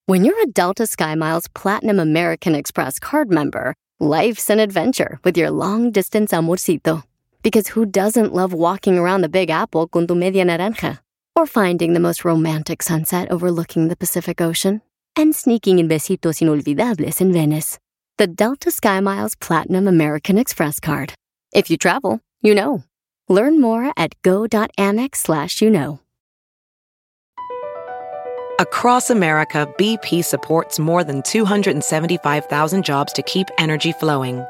When you're a Delta SkyMiles Platinum American Express card member, life's an adventure with your long-distance amorcito. Because who doesn't love walking around the Big Apple con tu media naranja? Or finding the most romantic sunset overlooking the Pacific Ocean? And sneaking in besitos inolvidables in Venice. The Delta SkyMiles Platinum American Express card. If you travel, you know. Learn more at go.amex/you-know. Across America, BP supports more than 275,000 jobs to keep energy flowing.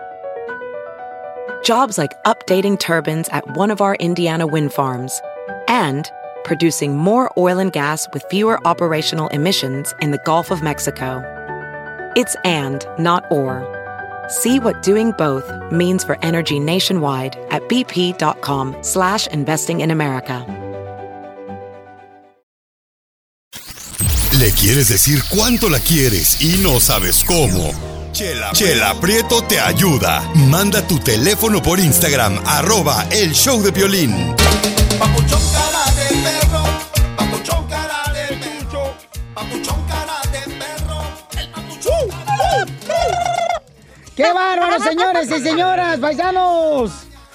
Jobs like updating turbines at one of our Indiana wind farms and producing more oil and gas with fewer operational emissions in the Gulf of Mexico. It's and, not or. See what doing both means for energy nationwide at bp.com/investing in America. Le quieres decir cuánto la quieres y no sabes cómo. Chela Prieto te ayuda. Manda tu teléfono por Instagram, @El Show de Piolín. Papuchón cara de perro, papuchón cara de perro, papuchón cara de perro, el papuchón cara de perro. ¡Qué bárbaro, señores y señoras, paisanos!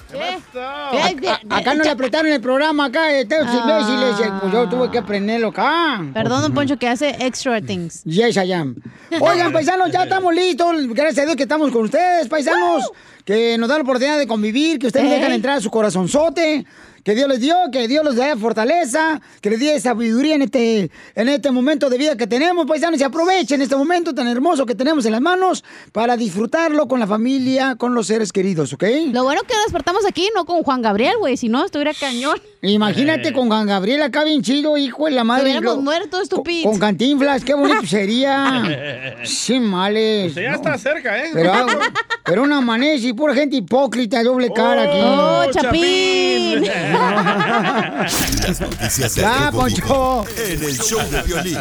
Acá no le apretaron el programa, acá, imbéciles, pues yo tuve que aprenderlo acá. Perdón, don Poncho, que hace extra things. Yes, I am. Oigan, paisanos, ya estamos listos. Gracias a Dios que estamos con ustedes, paisanos. Que nos dan la oportunidad de convivir, que ustedes dejan entrar a su corazonzote. Que Dios les dio, que Dios les dé fortaleza, que les dé sabiduría en este momento de vida que tenemos, paisanos, y aprovechen este momento tan hermoso que tenemos en las manos para disfrutarlo con la familia, con los seres queridos, ¿ok? Lo bueno que despertamos aquí, no con Juan Gabriel, güey, si no estuviera cañón. Imagínate con Juan Gabriel acá bien chido, hijo de la madre. Estuviéramos muertos, estúpidos. Con Cantinflas, qué bonito sería. Sin males. Usted ya está cerca, ¿eh? Pero una amanece y pura gente hipócrita, doble cara aquí. ¡Oh, Chapín! Las noticias del Poncho en el Show de Piolín.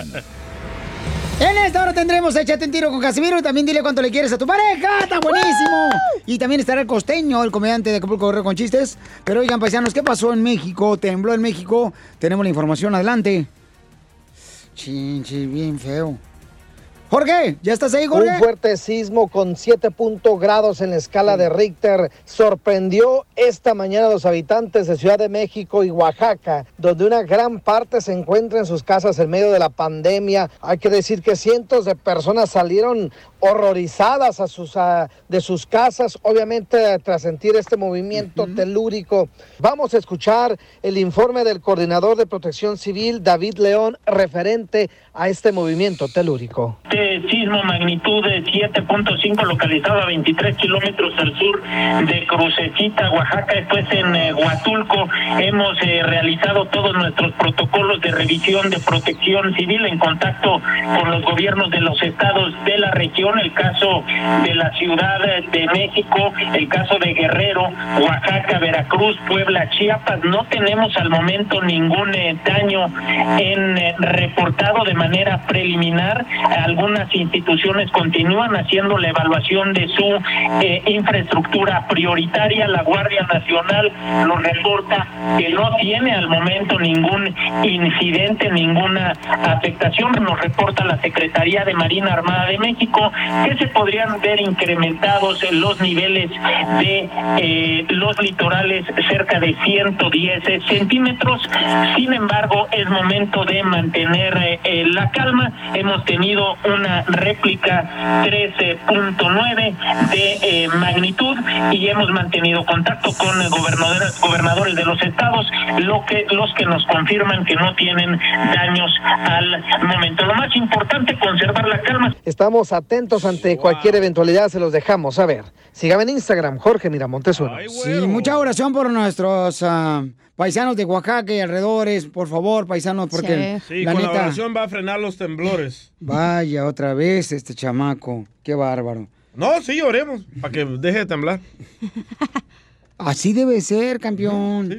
En esta hora tendremos Échate un tiro con Casimiro. Y también dile cuánto le quieres a tu pareja. ¡Está buenísimo! Y también estará el Costeño, el comediante de Acapulco Guerrero con chistes. Pero oigan, paisanos, ¿qué pasó en México? Tembló en México. Tenemos la información, adelante. Chinchi, bien feo. Jorge, ¿ya estás ahí, Jorge? Un fuerte sismo con 7 grados en la escala de Richter sorprendió esta mañana a los habitantes de Ciudad de México y Oaxaca, donde una gran parte se encuentra en sus casas en medio de la pandemia. Hay que decir que cientos de personas salieron horrorizadas de sus casas, obviamente tras sentir este movimiento telúrico. Vamos a escuchar el informe del coordinador de Protección Civil, David León, referente a este movimiento telúrico. Sismo magnitud de 7.5 localizado a 23 kilómetros al sur de Crucecita, Oaxaca. Esto es en Huatulco. Hemos realizado todos nuestros protocolos de revisión de protección civil en contacto con los gobiernos de los estados de la región, el caso de la Ciudad de México, el caso de Guerrero, Oaxaca, Veracruz, Puebla, Chiapas. No tenemos al momento ningún daño reportado de manera preliminar. Algunas instituciones continúan haciendo la evaluación de su infraestructura prioritaria. La Guardia Nacional nos reporta que no tiene al momento ningún incidente, ninguna afectación. Nos reporta la Secretaría de Marina Armada de México que se podrían ver incrementados los niveles de los litorales cerca de 110 centímetros. Sin embargo, es momento de mantener la calma. Hemos tenido una réplica 13.9 de magnitud y hemos mantenido contacto con gobernadores de los estados, los que nos confirman que no tienen daños al momento. Lo más importante, conservar la calma. Estamos atentos ante cualquier eventualidad, se los dejamos saber. Sígame en Instagram, Jorge Miramontes 1. Sí, mucha oración por nuestros paisanos de Oaxaca y alrededores, por favor, paisanos, porque la con neta, la oración va a frenar los temblores. Vaya, otra vez este chamaco, qué bárbaro. No, sí, oremos, para que deje de temblar. Así debe ser, campeón. Sí.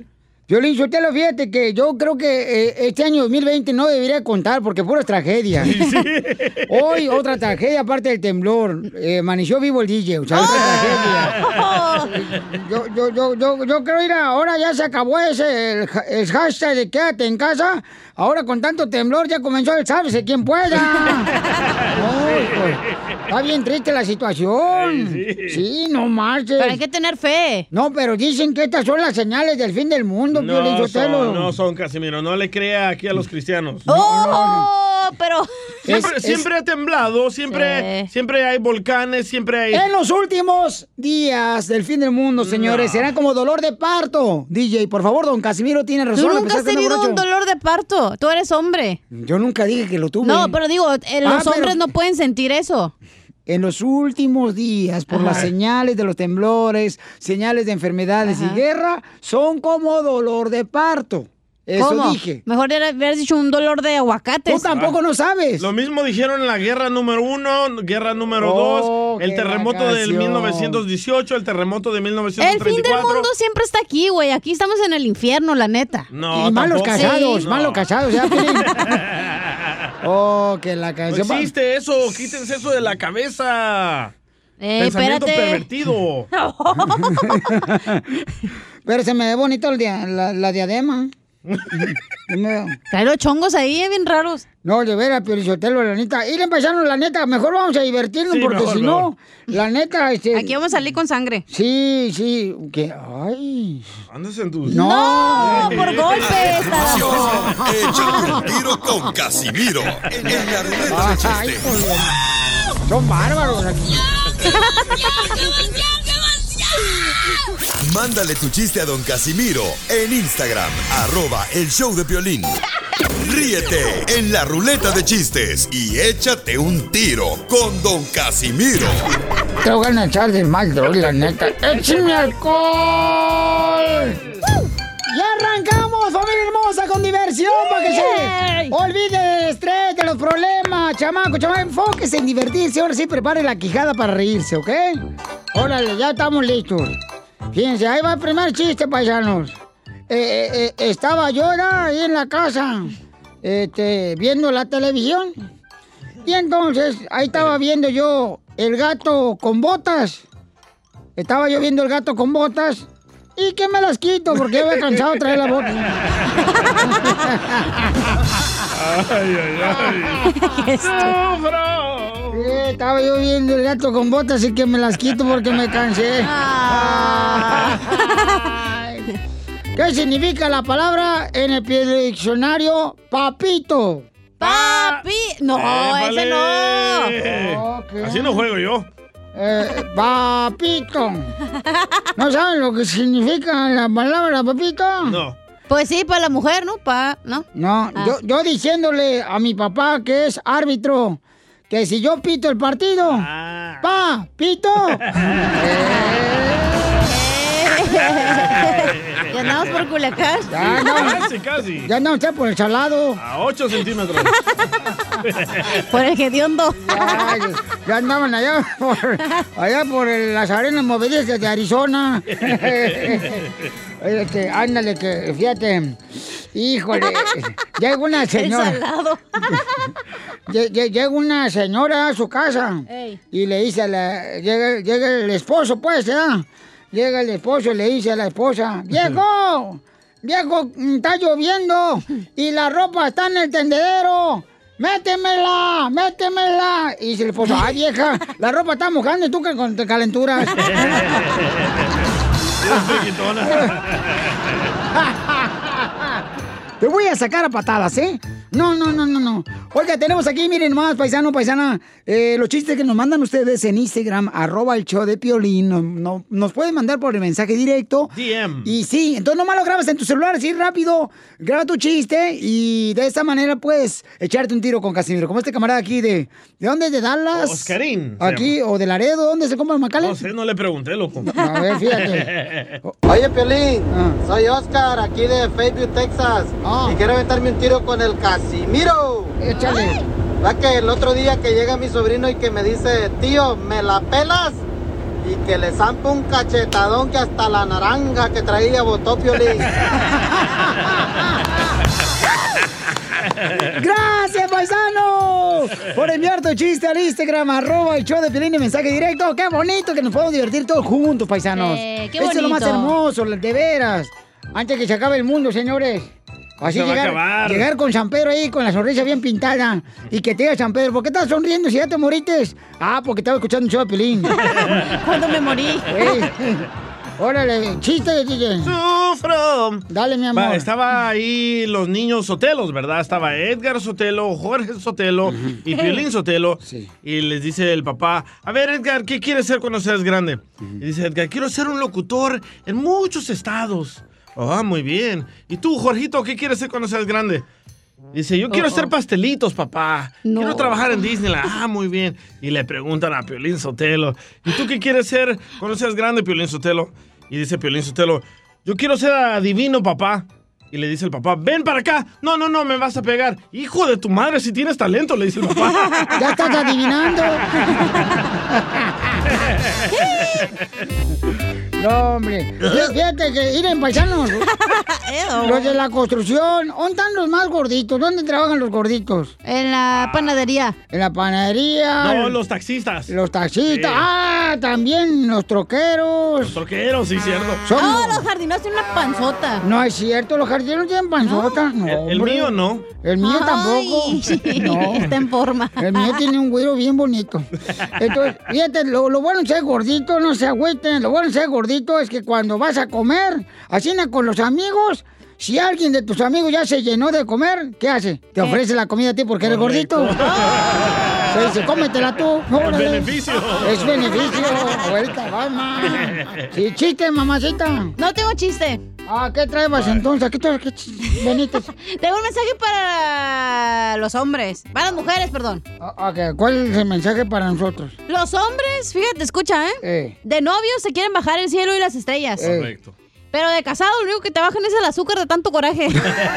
Piolín Sotelo, fíjate que yo creo que este año 2020 no debería contar porque puras tragedias. Sí. Hoy otra tragedia aparte del temblor. Amaneció vivo el DJ, o sea, otra tragedia. Yo creo ir ahora ya se acabó el hashtag de quédate en casa. Ahora con tanto temblor ya comenzó el sálvese quien pueda. Pues, está bien triste la situación. Sí, no marches. Pero hay que tener fe. No, pero dicen que estas son las señales del fin del mundo. No son, Casimiro, no le crea aquí a los cristianos. Pero... Siempre ha temblado, siempre hay volcanes, siempre hay... En los últimos días del fin del mundo, señores, será como dolor de parto. DJ, por favor, don Casimiro tiene razón. Tú nunca has tenido un dolor de parto, tú eres hombre. Yo nunca dije que lo tuve. No, pero digo, los hombres no pueden sentir eso. En los últimos días, por las señales de los temblores, señales de enfermedades y guerra, son como dolor de parto. Eso ¿Cómo? dije. Mejor hubieras dicho un dolor de aguacates. Tú tampoco no sabes. Lo mismo dijeron en la guerra número 1, guerra número 2, el terremoto del 1918, el terremoto de 1934. El fin del mundo siempre está aquí, güey. Aquí estamos en el infierno, la neta. No, y malos casados, sí. malos casados. ¿Ya? Que la canción... No existe eso, quítense eso de la cabeza. Pensamiento espérate. pervertido. Pero se me ve bonito la diadema. Trae los chongos ahí, bien raros. No, de veras, Piolichotelo, la neta. Ir empezando, la neta, mejor vamos a divertirnos, sí, porque si no, la neta... Aquí vamos a salir con sangre. Sí, que... Ay... Andas en tus... No, por golpes. Échate un tiro con Casimiro en la ruleta de chistes. Son bárbaros aquí. Mándale tu chiste a don Casimiro en Instagram, @elshowdepiolín. Ríete en la ruleta de chistes y échate un tiro con don Casimiro. Te voy a echar de mal, la neta. ¡Échame alcohol! ¡Ya arrancamos, familia hermosa, con diversión! Para que se olvide del estrés, de los problemas. Chamaco, enfóquese en divertirse. Ahora sí, prepare la quijada para reírse, ¿ok? Órale, ya estamos listos. Fíjense, ahí va el primer chiste, paisanos. Estaba yo ahí en la casa, viendo la televisión. Y entonces, ahí estaba viendo yo el gato con botas. Estaba yo viendo el gato con botas. ¿Y que me las quito? Porque yo había cansado de traer las botas. Estaba yo viendo el gato con botas y que me las quito porque me cansé. ¿Qué significa la palabra en el diccionario papito? No, ese no. Okay. Así no juego yo. Papito. ¿No saben lo que significa la palabra papito? No. Pues sí, para la mujer, ¿no? ¿No? No, yo diciéndole a mi papá, que es árbitro, que si yo pito el partido, pito. Ya andamos por Culiacán. Casi. Ya andamos por el Salado. A 8 centímetros. Por el Gediondo. Ya andaban allá por las arenas movedizas de Arizona. Ándale, que fíjate. Híjole. Llega una señora. El salado. Llega una señora a su casa. Ey. Y le dice llega el esposo, pues, ¿verdad? Llega el esposo y le dice a la esposa: ¡Viejo! Está lloviendo y la ropa está en el tendedero. ¡Métemela! Y dice el esposo: ¡ay, vieja! La ropa está mojando y tú que con calenturas. Te voy a sacar a patadas, ¿eh? No. Oiga, tenemos aquí, miren más, paisano, paisana, los chistes que nos mandan ustedes en Instagram, @elshowdepiolín. Nos pueden mandar por el mensaje directo. DM. Y sí, entonces nomás lo grabas en tu celular, así rápido, graba tu chiste y de esta manera puedes echarte un tiro con Casimiro. Como este camarada aquí ¿de dónde? ¿De Dallas? Oscarín. Aquí, o de Laredo, ¿dónde se compra el McAllen? No sé, no le pregunté, loco. A ver, fíjate. Oye, Piolín, soy Oscar, aquí de Fayetteville, Texas. Y quiero aventarme un tiro con el Casimiro. Échale. ¿Va que el otro día que llega mi sobrino y que me dice: tío, ¿me la pelas? y que le zampe un cachetadón que hasta la naranja que traía botó Piolín. ¡Gracias, paisano! Por enviar tu chiste al Instagram, @ el show de Piolín y mensaje directo. ¡Qué bonito que nos podemos divertir todos juntos, paisanos! ¡Qué Eso es lo más bonito! hermoso, de veras. Antes que se acabe el mundo, señores. Así Se va a acabar. llegar con San Pedro ahí, con la sonrisa bien pintada. Y que te diga San Pedro, ¿por qué estás sonriendo si ya te moriste? Ah, porque estaba escuchando un show de Piolín. Cuando me morí. Órale, chiste, DJ. ¡Sufro! Dale, mi amor. Va, estaba ahí los niños Sotelos, ¿verdad? Estaba Edgar Sotelo, Jorge Sotelo y Piolín Sotelo. Sí. Y les dice el papá, a ver, Edgar, ¿qué quieres ser cuando seas grande? Y dice Edgar, quiero ser un locutor en muchos estados. Ah, muy bien. ¿Y tú, Jorgito, qué quieres ser cuando seas grande? Dice, yo quiero hacer pastelitos, papá. No. Quiero trabajar en Disneyland. Ah, muy bien. Y le preguntan a Piolín Sotelo, ¿y tú qué quieres ser cuando seas grande, Piolín Sotelo? Y dice Piolín Sotelo, yo quiero ser adivino, papá. Y le dice el papá, ven para acá. No, me vas a pegar. Hijo de tu madre, si tienes talento, le dice el papá. Ya estás adivinando. No, hombre. Fíjate que, miren, paisanos, los de la construcción, ¿dónde están los más gorditos? ¿Dónde trabajan los gorditos? En la panadería. En la panadería. No, los taxistas. Los taxistas. Sí. Ah, también los troqueros. Los troqueros, sí, cierto. No, los jardineros tienen una panzota. No es cierto, los jardineros tienen panzota. No, El hombre. mío no. El mío tampoco. Ay, No. está en forma. El mío tiene un güiro bien bonito. Entonces, fíjate, lo bueno de ser gordito, no se agüiten. Lo bueno de ser gordito es que cuando vas a comer, así con los amigos, si alguien de tus amigos ya se llenó de comer, ¿qué hace? Te ofrece la comida a ti porque eres gordito. Se dice, cómetela tú. Órale. beneficio. Es beneficio. Ahorita vamos. Sí, chiste, mamacita. No tengo chiste. Ah, ¿qué traebas entonces? ¿Qué Benítez? Tengo un mensaje para los hombres. Para las mujeres, perdón. Okay. ¿Cuál es el mensaje para nosotros? Los hombres, fíjate, escucha, de novios se quieren bajar el cielo y las estrellas. Correcto. Pero de casado lo único que te bajan es el azúcar de tanto coraje.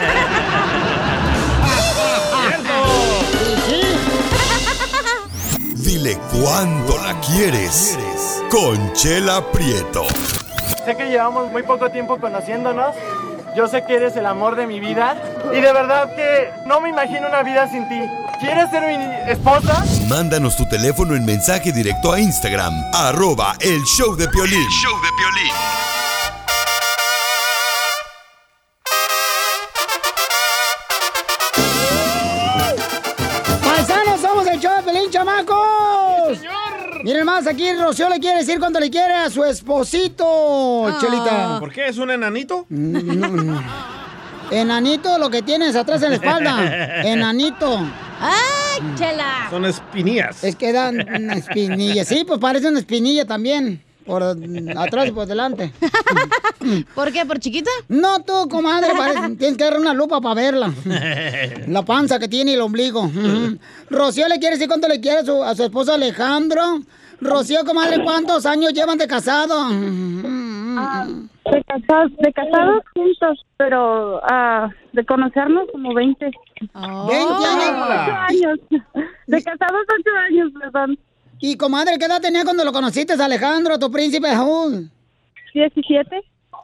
Dile cuándo la quieres. Conchela Prieto. Sé que llevamos muy poco tiempo conociéndonos. Yo sé que eres el amor de mi vida. Y de verdad que no me imagino una vida sin ti. ¿Quieres ser mi esposa? Mándanos tu teléfono en mensaje directo a Instagram, @el show de Piolín. ¡Paisanos, somos el show de Piolín, chamacos! ¡Señor! Miren más, aquí Rocío le quiere decir cuánto le quiere a su esposito, Chelita. ¿Por qué? ¿Es un enanito? Enanito, lo que tienes atrás en la espalda. Enanito. ¡Ay, Chela! Son espinillas. Es que dan una espinilla. Sí, pues parece una espinilla también. Por atrás y por delante. ¿Por qué? ¿Por chiquita? No, tú, comadre, tienes que dar una lupa para verla. La panza que tiene y el ombligo. Rocío le quiere decir cuánto le quiere a su esposo Alejandro. Rocío, comadre, ¿cuántos años llevan de casado? De casados juntos, pero de conocernos como 20. 20 años. 8 años. De casados 8 años, perdón. Y comadre, ¿qué edad tenía cuando lo conociste, Alejandro, tu príncipe Raúl? 17.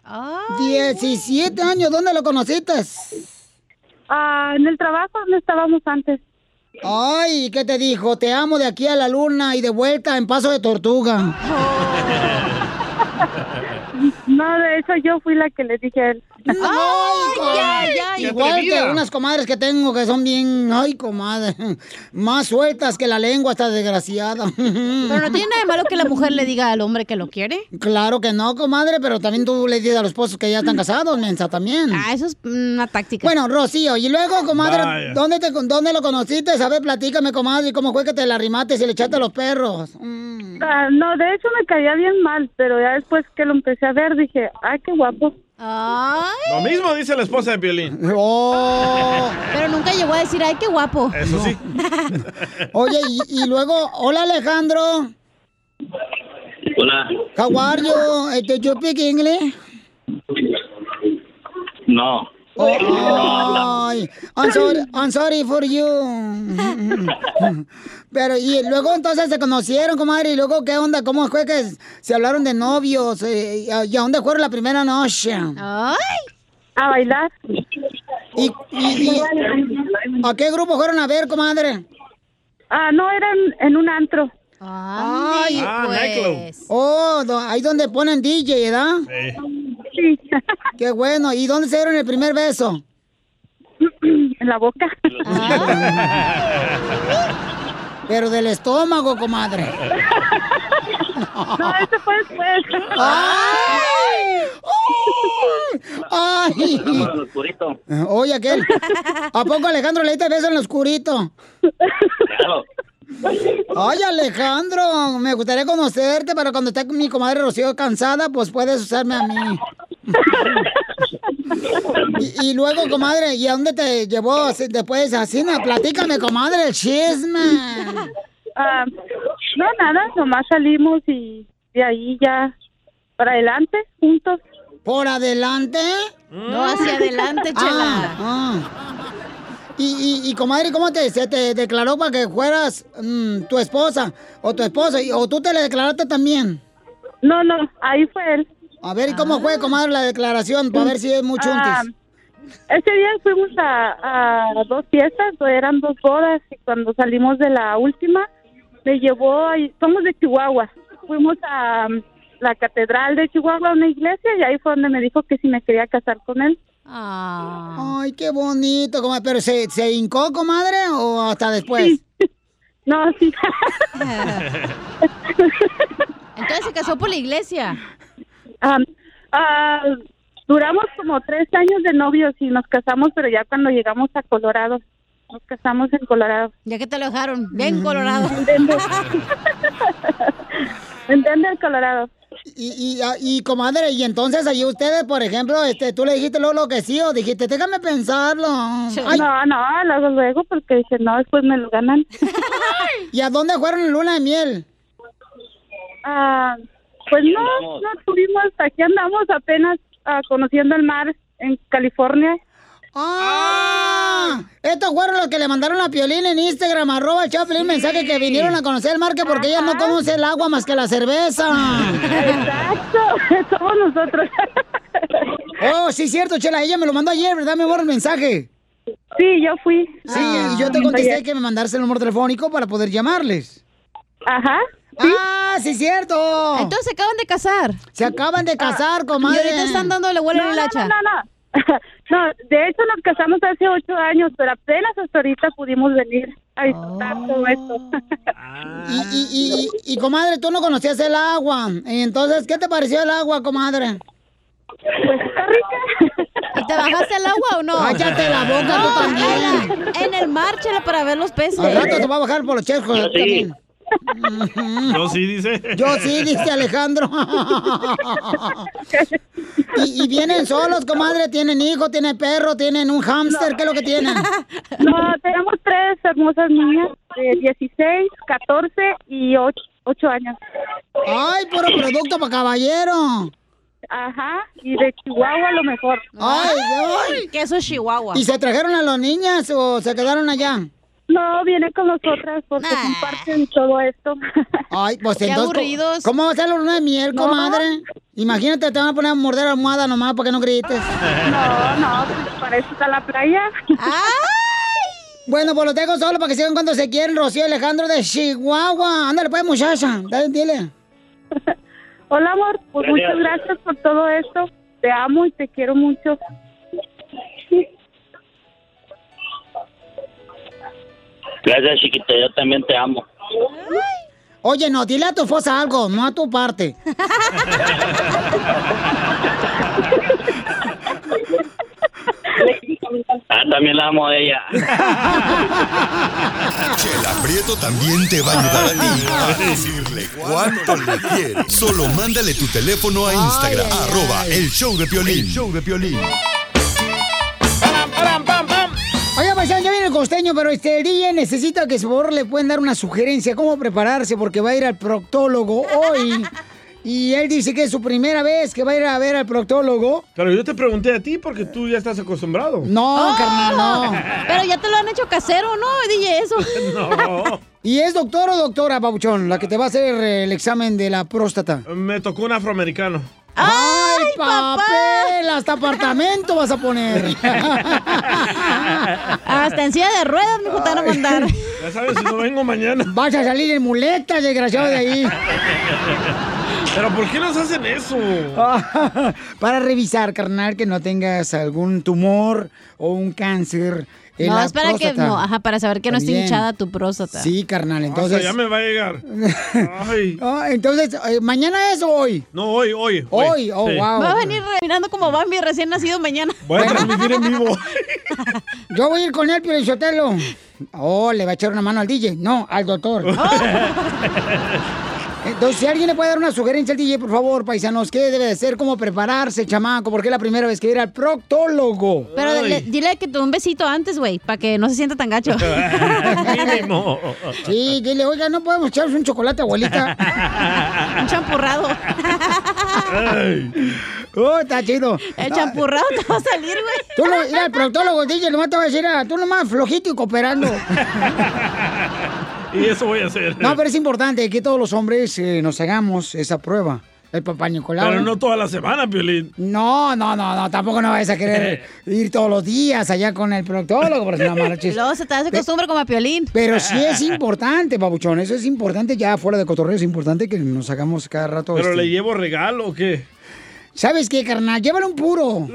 17 años, ¿dónde lo conociste? En el trabajo donde estábamos antes. Ay, ¿qué te dijo? Te amo de aquí a la luna y de vuelta en paso de tortuga. No, de hecho yo fui la que le dije a él. Ay, igual que unas comadres que tengo que son bien, ay, comadre, más sueltas que la lengua, esta desgraciada. Pero no tiene nada de malo que la mujer le diga al hombre que lo quiere. Claro que no, comadre, pero también tú le dices a los esposos que ya están casados, mensa, también. Eso es una táctica. Bueno, Rocío, y luego, comadre, ¿dónde lo conociste? A ver, platícame, comadre, ¿cómo fue que te la arrimaste y le echaste a los perros? No, de hecho me caía bien mal, pero ya después que lo empecé a ver dije, ay, qué guapo. Lo mismo dice la esposa de Piolín. Pero nunca llegó a decir, ay, qué guapo. Eso sí. Oye, y luego, hola, Alejandro. Hola. How are you? Do you speak English? No. Ay, I'm sorry for you. Pero, y luego entonces se conocieron, comadre, y luego, ¿qué onda? ¿Cómo fue que se hablaron de novios? ¿Y a dónde fueron la primera noche? ¡Ay! A bailar. ¿Y a qué grupo fueron a ver, comadre? No, era en un antro. Ay, pues. Ahí donde ponen DJ, ¿verdad? Sí. Qué bueno. ¿Y dónde se dieron el primer beso? En la boca. Pero del estómago, comadre. No, eso fue después. ¡Ay! En el oscurito. Oye, aquel. ¿A poco Alejandro le diste beso en el oscurito? Claro. Ay, Alejandro, me gustaría conocerte, pero cuando esté mi comadre Rocío cansada, pues puedes usarme a mí. Y luego, comadre, ¿y a dónde te llevó después así? Platícame, comadre, el chisme. No, nada, nomás salimos y de ahí ya para adelante, juntos. ¿Por adelante? No, hacia adelante, Chela. Y comadre, ¿cómo se te declaró para que fueras tu esposa o tu esposo? ¿O tú te le declaraste también? No, ahí fue él. A ver, ¿y cómo fue, comadre, la declaración? Para ver si es muy chuntis. Ese día fuimos a 2 fiestas, eran 2 bodas, y cuando salimos de la última, me llevó, somos de Chihuahua, fuimos a la catedral de Chihuahua, una iglesia, y ahí fue donde me dijo que si me quería casar con él. Ay, qué bonito, comadre. ¿Pero se hincó, comadre, o hasta después? Sí. No, sí. Entonces se casó por la iglesia. Duramos como 3 años de novios y nos casamos, pero ya cuando llegamos a Colorado, nos casamos en Colorado. Ya que te lo dejaron, bien Colorado. En Denver, Colorado. Y comadre, y entonces allí ustedes, por ejemplo, tú le dijiste luego que sí, o dijiste, déjame pensarlo. Ay. No, luego, porque dije, no, después me lo ganan. ¿Y a dónde fueron en luna de miel? Pues no tuvimos, aquí andamos apenas conociendo el mar en California. Estos fueron los que le mandaron a Piolín en Instagram, @Chaplin, mensaje que vinieron a conocer el mar, que porque ella no conoce el agua más que la cerveza. Exacto, somos nosotros. Oh, sí, cierto, Chela, ella me lo mandó ayer, ¿verdad? Me borró el mensaje. Sí, yo fui. Sí, y yo te contesté que me mandaste el número telefónico para poder llamarles. Ajá. ¿Sí? Sí, cierto. Entonces se acaban de casar. Se acaban de casar, comadre. Y ahorita están dándole vuelo en el hacha. No, de hecho nos casamos hace 8 años, pero apenas hasta ahorita pudimos venir a disfrutar todo esto. Y comadre, tú no conocías el agua. Entonces, ¿qué te pareció el agua, comadre? Pues está rica. ¿Y te bajaste al agua o no? Cállate la boca, tú también. En el mar, Chela, para ver los peces. Al rato te va a bajar por los chescos también. Yo sí, dice. Yo sí, dice Alejandro. ¿Y vienen solos, comadre? ¿Tienen hijo, tienen perro, tienen un hámster? ¿Qué es lo que tienen? No, tenemos 3 hermosas niñas de 16, 14 y 8 años. ¡Ay, puro producto para caballero! Ajá, y de Chihuahua a lo mejor. ¡Ay! Que eso es Chihuahua. ¿Y se trajeron a las niñas o se quedaron allá? No, viene con nosotras porque comparten todo esto. Ay, pues qué entonces, aburridos. ¿cómo va a ser la luna de miel, comadre? Imagínate, te van a poner a morder la almohada nomás para que no grites. No, pues para eso está la playa. Bueno, pues los dejo solo para que sigan cuando se quieren, Rocío y Alejandro de Chihuahua. Ándale pues, muchacha, dile. Hola, amor, pues muchas gracias por todo esto. Te amo y te quiero mucho. Gracias, chiquita, yo también te amo. Oye, no, dile a tu esposa algo, no a tu parte. También la amo a ella. Chela Prieto también te va a ayudar a ti a decirle cuánto le quieres. Solo mándale tu teléfono a Instagram, @elshowdepiolín. El show de Piolín. Oye, paisano, ya viene el costeño, pero el DJ necesita que por favor le pueden dar una sugerencia cómo prepararse porque va a ir al proctólogo hoy. Y él dice que es su primera vez que va a ir a ver al proctólogo. Pero yo te pregunté a ti porque tú ya estás acostumbrado. No, carnal, no. Pero ya te lo han hecho casero, ¿no? DJ, eso. No. ¿Y es doctor o doctora, papuchón, la que te va a hacer el examen de la próstata? Me tocó un afroamericano. ¡Ay, papel! Hasta apartamento vas a poner. Hasta en silla de ruedas me van a mandar. Ya sabes, si no vengo mañana. Vas a salir en muletas, desgraciado, de ahí. ¿Pero por qué nos hacen eso? Para revisar, carnal, que no tengas algún tumor o un cáncer en No, la es para próstata. que, no, ajá, para saber que no esté También. hinchada tu próstata. Sí, carnal, entonces... Ya me va a llegar. Ay. Entonces, ¿mañana es o hoy? No, hoy. Hoy, oh, Sí. wow. Va a venir mirando como Bambi recién nacido mañana. Voy a transmitir en vivo. Yo voy a ir con él, Pio Lizotelo. Oh, le va a echar una mano al DJ. No, al doctor. Entonces, si alguien le puede dar una sugerencia al DJ, por favor, paisanos, ¿qué debe de ser? ¿Cómo prepararse, chamaco? Porque es la primera vez que ir al proctólogo. Pero dile que te dé un besito antes, güey, para que no se sienta tan gacho. Mínimo. Sí, dile, oiga, ¿no podemos echarnos un chocolate, abuelita? Un champurrado. Oh, está chido. El champurrado te va a salir, güey. Tú no, ir al proctólogo, DJ, nomás te voy a decir, tú nomás flojito y cooperando. Y eso voy a hacer. No, pero es importante que todos los hombres nos hagamos esa prueba. El papá Nicolau. Pero no toda la semana, Piolín. No, tampoco no vayas a querer ir todos los días allá con el proctólogo, por si no marches. Luego se te hace costumbre como a Piolín. Pero sí es importante, papuchón, eso es importante, ya fuera de cotorreo es importante que nos hagamos cada rato. ¿Pero le llevo regalo o qué? ¿Sabes qué, carnal? Llévale un puro.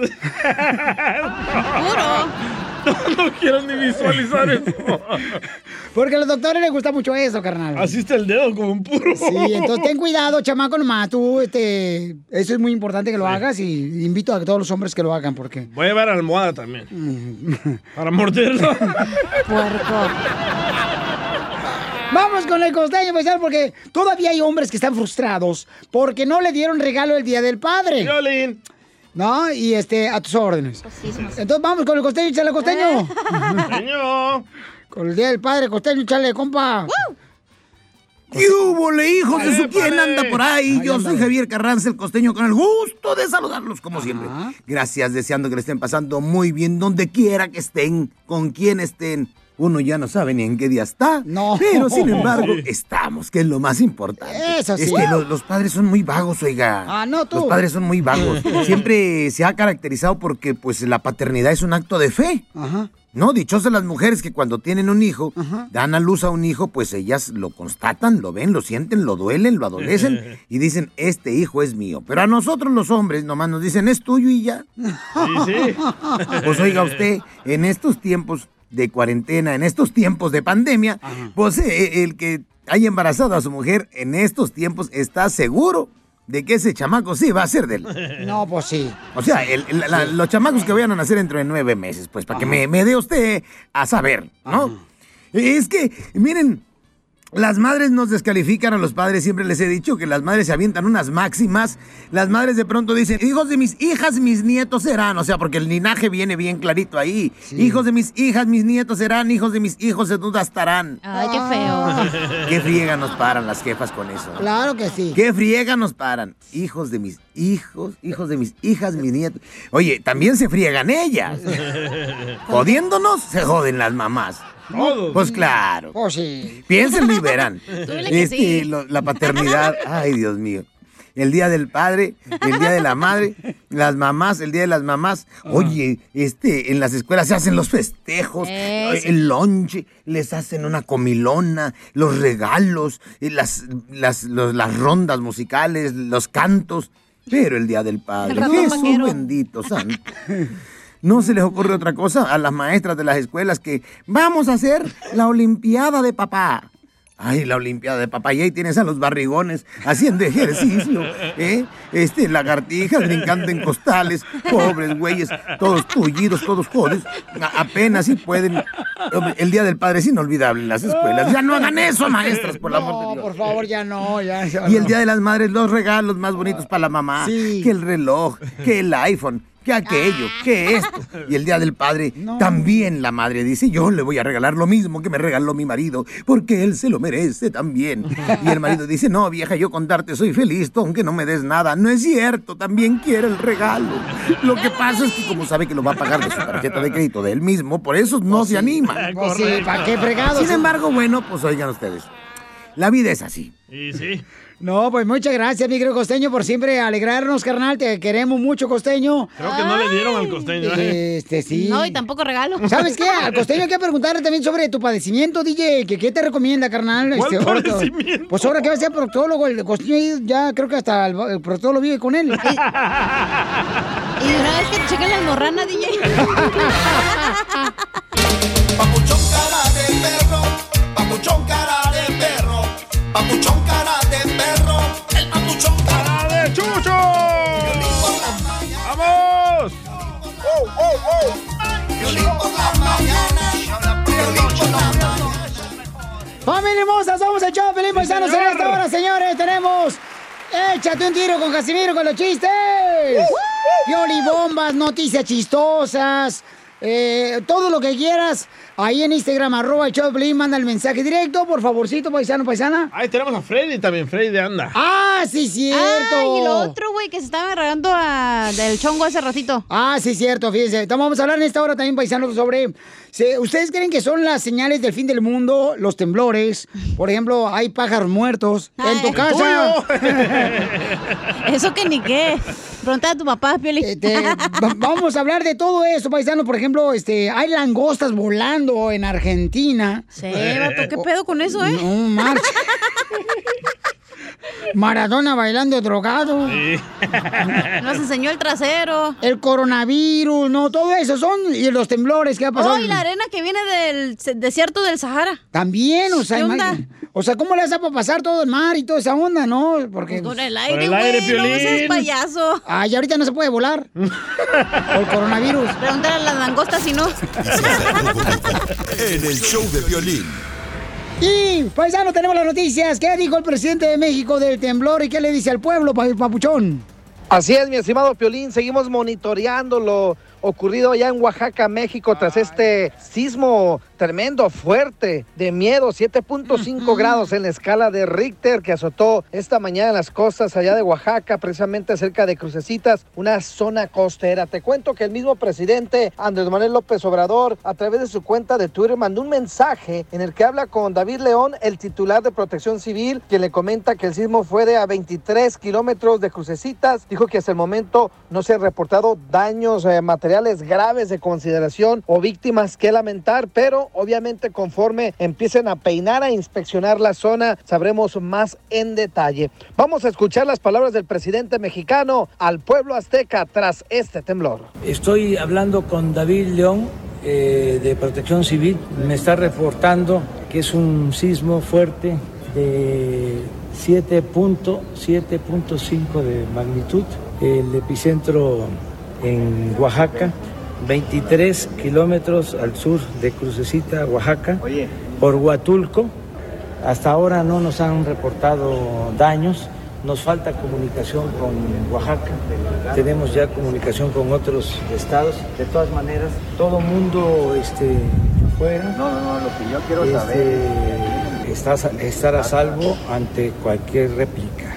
No quiero ni visualizar eso. Porque a los doctores les gusta mucho eso, carnal. Así está el dedo como un puro. Sí, entonces ten cuidado, chamaco, nomás. Tú, eso es muy importante que lo hagas y invito a todos los hombres que lo hagan, porque... Voy a llevar almohada también. Para morderlo. Puerco. Vamos con el costeño, paisano, porque todavía hay hombres que están frustrados porque no le dieron regalo el Día del Padre. Violín. ¿No? Y a tus órdenes. Entonces vamos con el costeño, échale, costeño. Costeño. Con el Día del Padre, costeño, échale, compa. ¿Qué hubo, hijos de su quién anda por ahí? Yo soy Javier Carranza, el costeño, con el gusto de saludarlos como siempre. Gracias, deseando que le estén pasando muy bien donde quiera que estén, con quien estén. Uno ya no sabe ni en qué día está. No. Pero sin embargo, estamos, que es lo más importante. Eso sí. Es que los padres son muy vagos, oiga. Ah, no, tú. Los padres son muy vagos. Siempre se ha caracterizado porque, pues, la paternidad es un acto de fe. Ajá. No, dichosas las mujeres que cuando tienen un hijo, dan a luz a un hijo, pues ellas lo constatan, lo ven, lo sienten, lo duelen, lo adolecen y dicen, este hijo es mío. Pero a nosotros los hombres nomás nos dicen, es tuyo y ya. Sí. Pues oiga usted, en estos tiempos de cuarentena, en estos tiempos de pandemia, pues el que haya embarazado a su mujer en estos tiempos está seguro de que ese chamaco sí va a ser de él. No, pues sí. O sea, los chamacos que vayan a nacer dentro de 9 meses, pues para que me dé usted a saber, ¿no? Es que, miren, las madres nos descalifican a los padres, siempre les he dicho que las madres se avientan unas máximas, las madres de pronto dicen, hijos de mis hijas, mis nietos serán, o sea, porque el linaje viene bien clarito ahí, hijos de mis hijas, mis nietos serán, hijos de mis hijos en duda estarán. Ay, qué feo. Qué friega nos paran las jefas con eso. Claro que sí. Qué friega nos paran, hijos de mis hijos, hijos de mis hijas, mis nietos. Oye, también se friegan ellas. Jodiéndonos, se joden las mamás. Todos. Pues claro. Oh, sí. Piénsenlo y verán. dile que sí. La paternidad, ay Dios mío. El Día del Padre, el Día de la Madre, las mamás, el Día de las Mamás. Oye, en las escuelas se hacen los festejos, el lunch, les hacen una comilona, los regalos, las rondas musicales, los cantos. Pero el Día del Padre, Jesús bendito santo. ¿No se les ocurre otra cosa a las maestras de las escuelas que vamos a hacer la Olimpiada de Papá? Ay, la Olimpiada de Papá, y ahí tienes a los barrigones haciendo ejercicio, lagartijas brincando en costales, pobres güeyes, todos tullidos, todos jodes, apenas si pueden. El Día del Padre es inolvidable en las escuelas. Ya no hagan eso, maestras, por el amor de Dios. Por favor, ya no, ya Y el Día de las Madres, los regalos más bonitos para la mamá, que el reloj, que el iPhone. que aquello, que esto. Y el Día del Padre, también la madre dice, yo le voy a regalar lo mismo que me regaló mi marido, porque él se lo merece también. Y el marido dice, no, vieja, yo con darte soy feliz, tú aunque no me des nada. No es cierto, también quiere el regalo. Lo que pasa es que como sabe que lo va a pagar de su tarjeta de crédito de él mismo, por eso no se anima. Pues sí, ¿para qué fregados? Sin embargo, bueno, pues oigan ustedes, la vida es así. Y sí. No, pues muchas gracias, mi querido Costeño, por siempre alegrarnos, carnal. Te queremos mucho, Costeño. Creo que no le dieron al Costeño, sí. No, y tampoco regalo. ¿Sabes qué? Al Costeño hay que preguntarle también sobre tu padecimiento, DJ. ¿Qué te recomienda, carnal? ¿Cuál padecimiento? Pues ahora que va a ser proctólogo, el Costeño ya creo que hasta el proctólogo vive con él. Y una vez que te chequen la almorrana, DJ. Papuchón cara de perro, papuchón cara de perro, papuchón cara de perro, el papuchón cara de chucho. ¡Vamos! ¡Familia hermosa! Somos el show de Pelín Paisanos en esta hora, señores. Tenemos Échate un tiro con Casimiro con los chistes. Piolibombas, noticias chistosas. Todo lo que quieras, ahí en Instagram, @el show de Pelín, manda el mensaje directo, por favorcito, paisano, paisana. Ahí tenemos a Freddy también, Freddy de Anda. ¡Ah, sí, cierto! Ah, y lo otro, güey, que se estaba agarrando del chongo hace ratito. Ah, sí, cierto, fíjense. Entonces vamos a hablar en esta hora también, paisanos, sobre... ¿Ustedes creen que son las señales del fin del mundo, los temblores? Por ejemplo, hay pájaros muertos en tu casa. Eso que ni qué. Pregunta a tu papá, Pioli. Vamos a hablar de todo eso, paisano. Por ejemplo, hay langostas volando en Argentina. Sí, vato, ¿qué pedo con eso, eh? No, marcha. Maradona bailando drogado. Sí. Nos enseñó el trasero. El coronavirus, no, todo eso son. Y los temblores que ha pasado. Oh, y la arena que viene del desierto del Sahara. También, o sea, ¿Qué onda? O sea, ¿cómo le hace para pasar todo el mar y toda esa onda, no? Porque con el aire, güey, no seas payaso. Ay, ahorita no se puede volar. Por el coronavirus. Pregúntale a las langostas si no. En el show de Piolín. Y, paisano, tenemos las noticias. ¿Qué dijo el presidente de México del temblor y qué le dice al pueblo, papuchón? Así es, mi estimado Piolín, seguimos monitoreando lo ocurrido allá en Oaxaca, México, tras este sismo tremendo, fuerte, de miedo, 7.5 grados en la escala de Richter, que azotó esta mañana en las costas allá de Oaxaca, precisamente cerca de Crucecitas, una zona costera. Te cuento que el mismo presidente Andrés Manuel López Obrador, a través de su cuenta de Twitter, mandó un mensaje en el que habla con David León, el titular de Protección Civil, quien le comenta que el sismo fue de a 23 kilómetros de Crucecitas. Dijo que hasta el momento no se han reportado daños materiales graves de consideración o víctimas que lamentar, pero obviamente conforme empiecen a peinar, a inspeccionar la zona, sabremos más en detalle. Vamos a escuchar las palabras del presidente mexicano al pueblo azteca tras este temblor. Estoy hablando con David León de Protección Civil. Me está reportando que es un sismo fuerte de 7.5 de magnitud. El epicentro en Oaxaca, 23 kilómetros al sur de Crucecita, Oaxaca, por Huatulco. Hasta ahora no nos han reportado daños. Nos falta comunicación con Oaxaca. Tenemos ya comunicación con otros estados. De todas maneras, todo mundo fuera. No, lo que yo quiero saber estar a salvo ante cualquier réplica.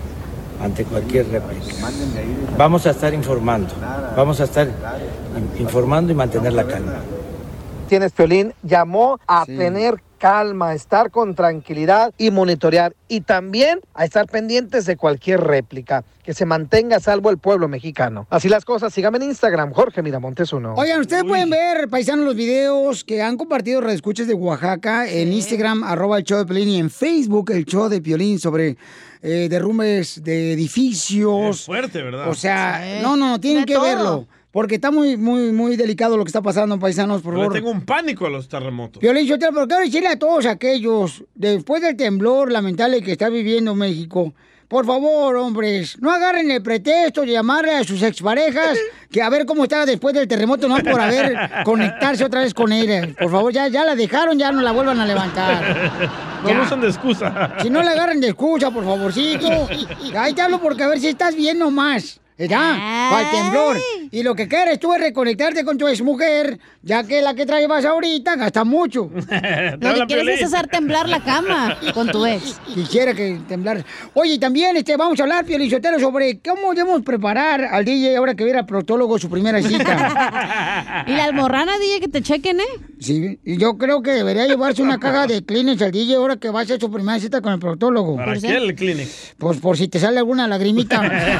Vamos a estar informando. Vamos a estar informando y mantener la calma. Tienes, Piolín, llamó a tener calma, a estar con tranquilidad y monitorear, y también a estar pendientes de cualquier réplica, que se mantenga a salvo el pueblo mexicano. Así las cosas, síganme en Instagram, Jorge Miramontes 1. Oigan, ustedes pueden ver, paisanos, los videos que han compartido redescuchas de Oaxaca en Instagram, @el show de Piolín, y en Facebook, el show de Piolín, sobre derrumbes de edificios. Es fuerte, ¿verdad? O sea, no, tienen que verlo. Porque está muy, muy, muy delicado lo que está pasando, paisanos, por favor. Le tengo un pánico a los terremotos. Piolín, yo pero quiero decirle a todos aquellos, después del temblor lamentable que está viviendo México, por favor, hombres, no agarren el pretexto de llamarle a sus exparejas que a ver cómo está después del terremoto, no por haber conectarse otra vez con ella. Por favor, ya la dejaron, ya no la vuelvan a levantar. No lo usan de excusa. Si no la agarren de excusa, por favorcito. Ahí te hablo porque a ver si estás bien nomás. Ya, para el temblor. Y lo que quieres tú es reconectarte con tu exmujer, ya que la que traes ahorita gasta mucho. Lo que quieres es hacer temblar la cama con tu ex. Quisiera que temblar. Oye, y también vamos a hablar, Piolín Sotelo, sobre cómo debemos preparar al DJ ahora que viera al proctólogo su primera cita. Y la almorrana, DJ, que te chequen, ¿eh? Sí, y yo creo que debería llevarse una caja de Kleenex al DJ ahora que va a hacer su primera cita con el proctólogo. ¿Para qué el Kleenex? Pues por si te sale alguna lagrimita.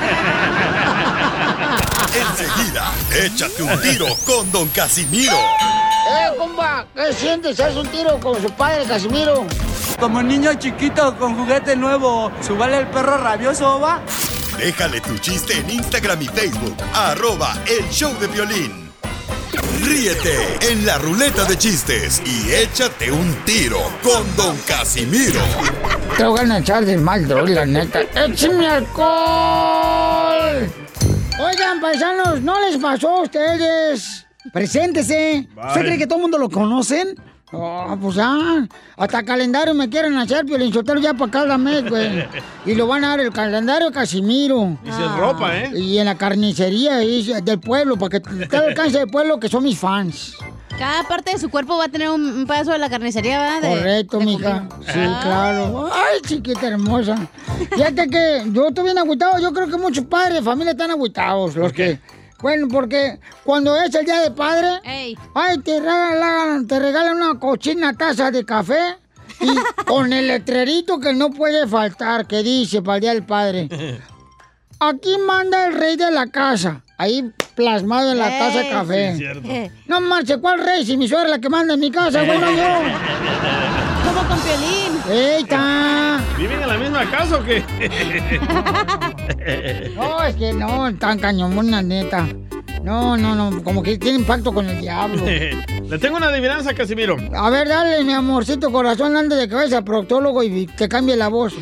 Enseguida, échate un tiro con Don Casimiro. Compa, ¿qué sientes? ¿Haz un tiro con su padre, Casimiro? Como niño chiquito con juguete nuevo, ¿subale el perro rabioso, va? Déjale tu chiste en Instagram y Facebook, @El Show de Piolín. Ríete en la ruleta de chistes y échate un tiro con Don Casimiro. Te voy a echar de mal, la neta. ¡Échame alcohol! Oigan, paisanos, ¿no les pasó a ustedes? Preséntese. ¿Usted cree que todo el mundo lo conocen? Pues ya. Hasta calendario me quieren hacer, Piolín Sotelo, ya para cada mes, güey. Y lo van a dar el calendario Casimiro. Y sin ropa, ¿eh? Y en la carnicería del pueblo, para que te alcance del pueblo, que son mis fans. Cada parte de su cuerpo va a tener un pedazo de la carnicería, ¿verdad? Correcto, mija. Sí, claro. Ay, chiquita hermosa. Fíjate que yo estoy bien agüitado. Yo creo que muchos padres de familia están agüitados. Los que... Bueno, porque cuando es el día de padre... Ey. Ay, te regalan una cochina taza de café y con el letrerito que no puede faltar, que dice para el día del padre. Aquí manda el rey de la casa. Ahí plasmado en la taza de café. Sí, cierto. No marche, ¿cuál rey? Si mi suegra es la que manda en mi casa, bueno, yo. Como con Piolín. ¡Eita! ¿Viven en la misma casa o qué? No, es que no, tan cañonona, neta. No, como que tienen pacto con el diablo. Le tengo una adivinanza, Casimiro. A ver, dale, mi amorcito corazón, antes de que vayas al proctólogo y te cambie la voz.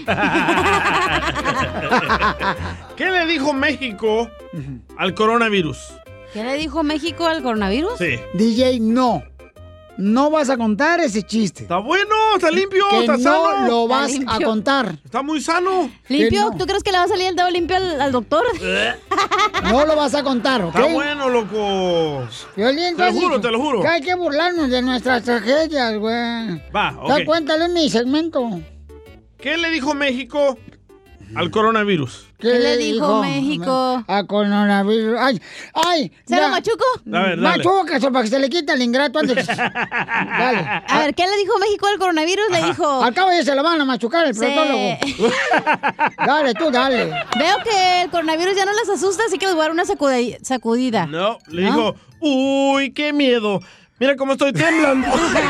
¿Qué le dijo México al coronavirus? ¿Qué le dijo México al coronavirus? Sí. DJ, no. No vas a contar ese chiste. Está bueno, está limpio, que está no sano. lo vas a contar. Está muy sano. ¿Limpio? no. ¿Tú crees que le va a salir el dedo limpio al doctor? No lo vas a contar, ¿ok? Está bueno, loco. Violín, Te lo juro. Que hay que burlarnos de nuestras tragedias, güey. Va, ok. Cuéntale en mi segmento. ¿Qué le dijo México al coronavirus? ¿Qué le dijo México? Al coronavirus. ¡Ay! ¿Se lo machuco? A ver, dale. Machuca, para que se le quite el ingrato antes. Dale. A ver, ¿qué le dijo México al coronavirus? Le dijo... Al cabo ya se lo van a machucar el proctólogo. Dale, tú, dale. Veo que el coronavirus ya no les asusta, así que les voy a dar una sacudida. No, le dijo, uy, qué miedo. Mira cómo estoy temblando.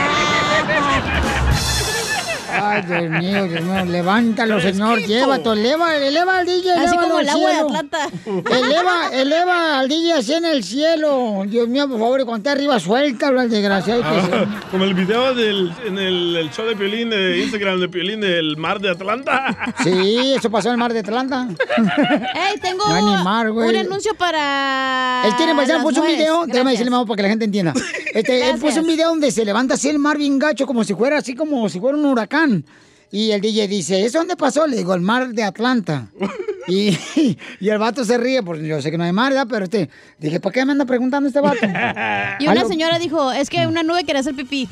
Ay, Dios mío, levántalo, señor, llévatelo, eleva al DJ, así como el agua de cielo. Atlanta. Eleva al DJ así en el cielo. Dios mío, por favor, cuando esté arriba, suéltalo al desgraciado. Como el video en el show de Piolín, de Instagram de Piolín, del mar de Atlanta. Sí, eso pasó en el mar de Atlanta. Ey, tengo No hay ni mar, güey. un anuncio para... Él tiene puso un video, déjame Gracias. decirle, mamá, para que la gente entienda. Él puso un video donde se levanta así el mar bien gacho, como si fuera un huracán. Y el DJ dice, ¿eso dónde pasó? Le digo, el mar de Atlanta. Y el vato se ríe, porque yo sé que no hay mar, ¿verdad? Pero dije, ¿por qué me anda preguntando este vato? Y una señora dijo, es que una nube quería hacer pipí.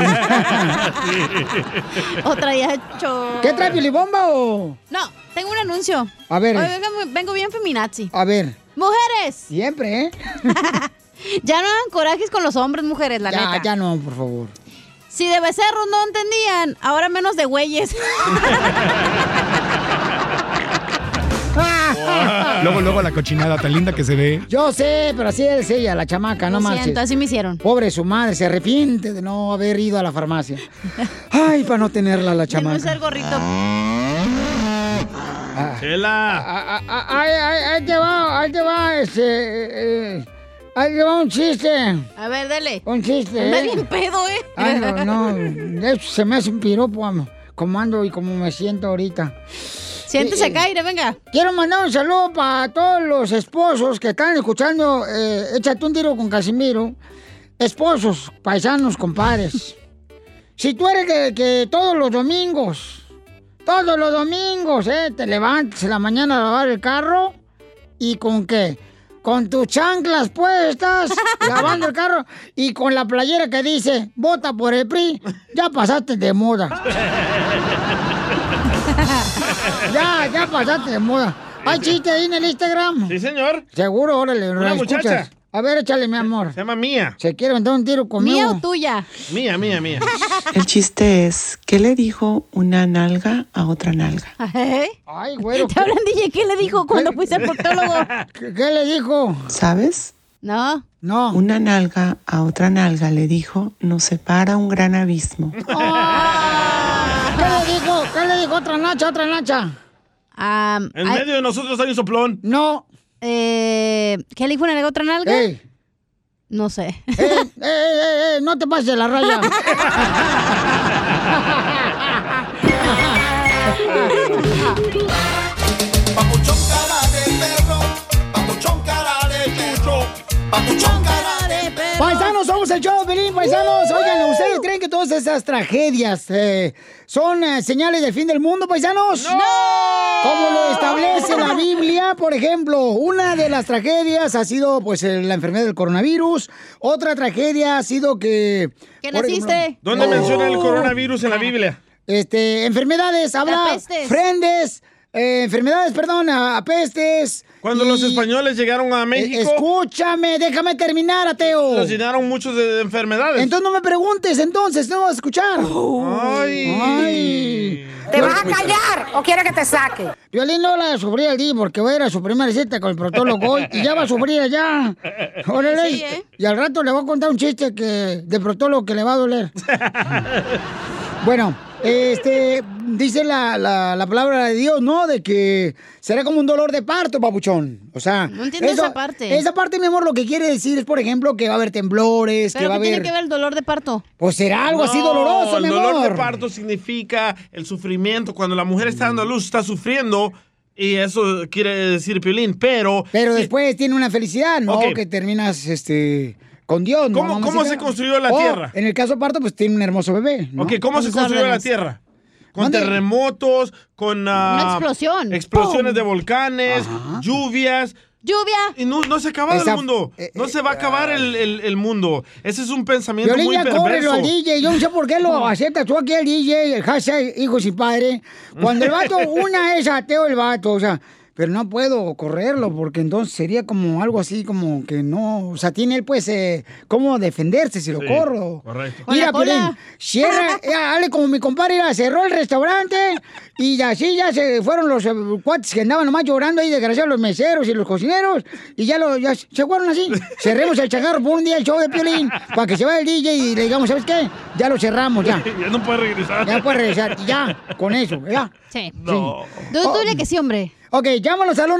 O traía hecho... ¿Qué trae, Pilibomba o...? No, tengo un anuncio. A ver. Hoy vengo bien feminazi. A ver. ¡Mujeres! Siempre, ¿eh? Ya no hagan corajes con los hombres, mujeres, la neta. Ya no, por favor. Si de becerros no entendían, ahora menos de güeyes. Luego la cochinada tan linda que se ve. Yo sé, pero así es ella, la chamaca, no marches. Lo siento, así me hicieron. Pobre su madre, se arrepiente de no haber ido a la farmacia. Ay, para no tenerla la chamaca. Me puse el gorrito. Chela. Ahí te va, ahí te va un chiste. A ver, dale. Un chiste. Anda bien pedo, ¿eh? Ay, no, eso se me hace un piropo, como ando y como me siento ahorita. Siéntese acá, Ire, venga. Quiero mandar un saludo para todos los esposos que están escuchando Échate un tiro con Casimiro. Esposos, paisanos, compadres. Si tú eres que todos los domingos, te levantas en la mañana a lavar el carro ¿Y con qué? Con tus chanclas puestas, lavando el carro y con la playera que dice, vota por el PRI, ya pasaste de moda. ya pasaste de moda. ¿Hay chiste ahí en el Instagram? Sí, señor. Seguro, órale. Una muchacha. A ver, échale, mi amor. Se llama Mía. ¿Se quiere aventar un tiro conmigo? ¿Mía o tuya? Mía. El chiste es, ¿qué le dijo una nalga a otra nalga? Ay, güero. Te hablan, DJ, ¿qué le dijo cuando fuiste al proctólogo? ¿Qué le dijo? ¿Sabes? No. Una nalga a otra nalga le dijo, nos separa un gran abismo. ¿Qué le dijo otra nacha? En medio de nosotros hay un soplón. No. ¿Qué le dijo una nalga a otra nalga? No sé. No te pases de la raya. Papuchón cara de perro, papuchón cara de chucho, papuchón cara de perro. Paisanos, somos el show de Piolín, paisanos. Oigan, ¿ustedes creen que todas esas tragedias son señales del fin del mundo, paisanos? ¡No! Como lo establece la Biblia, por ejemplo, una de las tragedias ha sido, pues, la enfermedad del coronavirus. Otra tragedia ha sido que... ¿Qué naciste? ¿Dónde menciona el coronavirus en la Biblia? Enfermedades, habla... Enfermedades, perdón, apestes. Cuando los españoles llegaron a México... Escúchame, déjame terminar, ateo. Los llenaron muchos de enfermedades. Entonces no me preguntes, entonces, no vas a escuchar. Ay. ¿Te vas a callar o quieres que te saque? Piolín no la sufrí al día porque va a ir a su primera cita con el proctólogo hoy y ya va a sufrir allá. Órale. Sí, Y al rato le voy a contar un chiste de proctólogo que le va a doler. Bueno, dice la palabra de Dios, ¿no? De que será como un dolor de parto, papuchón. O sea, no entiendo esa parte. Esa parte, mi amor, lo que quiere decir es, por ejemplo, que va a haber temblores, ¿Pero que va a qué haber... tiene que ver el dolor de parto? Pues será algo así doloroso, mi amor. El dolor de parto significa el sufrimiento. Cuando la mujer está dando a luz, está sufriendo. Y eso quiere decir Piolín, pero... Pero después tiene una felicidad, ¿no? Okay. Que terminas, con Dios, ¿no? ¿Cómo se construyó la tierra? En el caso parto, pues tiene un hermoso bebé, ¿no? Ok, ¿cómo se construyó la tierra? Con terremotos, con... una explosión. Explosiones de volcanes, lluvias... ¡Lluvia! Y no se acaba el mundo. No se va a acabar el mundo. Ese es un pensamiento muy perverso. Córrelo al DJ. Yo no sé por qué lo aceptas tú aquí el DJ, el hashtag hijo sin padre. Cuando el vato, una es ateo el vato, o sea... Pero no puedo correrlo porque entonces sería como algo así como que no... O sea, tiene él pues cómo defenderse si lo corro. Correcto. Mira, Piolín, cierra, dale como mi compadre, cerró el restaurante y así ya se fueron los cuates que andaban nomás llorando ahí, desgraciados, los meseros y los cocineros y ya se fueron así. Cerremos el changarro por un día el show de Piolín para que se vaya el DJ y le digamos, ¿sabes qué? Ya lo cerramos, ya. Ya no puede regresar. Ya puede regresar, y ya, con eso, ¿ya? Sí. No. Tú dile que sí, hombre. Ok, llámanos al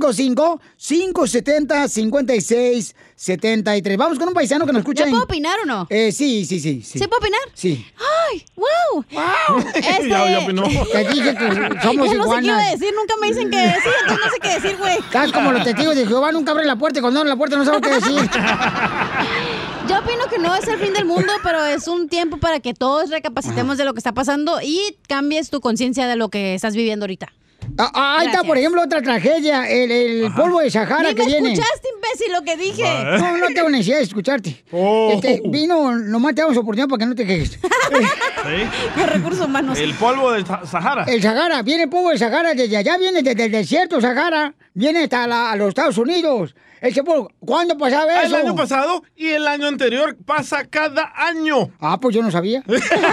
1-855-570-5673. Vamos con un paisano que nos escucha. ¿Ya puedo opinar o no? Sí. ¿Sí puedo opinar? Sí. ¡Ay! ¡Wow! Ya opinó. Te dije que somos ya no sé qué iba a iguanas. decir, nunca me dicen que sí, entonces no sé qué decir, güey. Estás como los testigos de Jehová, nunca abren la puerta y cuando abren la puerta no saben qué decir. Yo opino que no es el fin del mundo, pero es un tiempo para que todos recapacitemos de lo que está pasando y cambies tu conciencia de lo que estás viviendo ahorita. Ahí está, por ejemplo, otra tragedia, el polvo de Sahara Ni que me viene. escuchaste, imbécil, lo que dije. No tengo necesidad de escucharte. Vino, nomás te damos oportunidad para que no te quejes. Con recursos humanos. El polvo de Sahara. El Sahara, viene el polvo de Sahara desde allá, viene desde el desierto Sahara, viene hasta a los Estados Unidos. Ese polvo, ¿cuándo pasaba eso? El año pasado y el año anterior pasa cada año. Pues yo no sabía.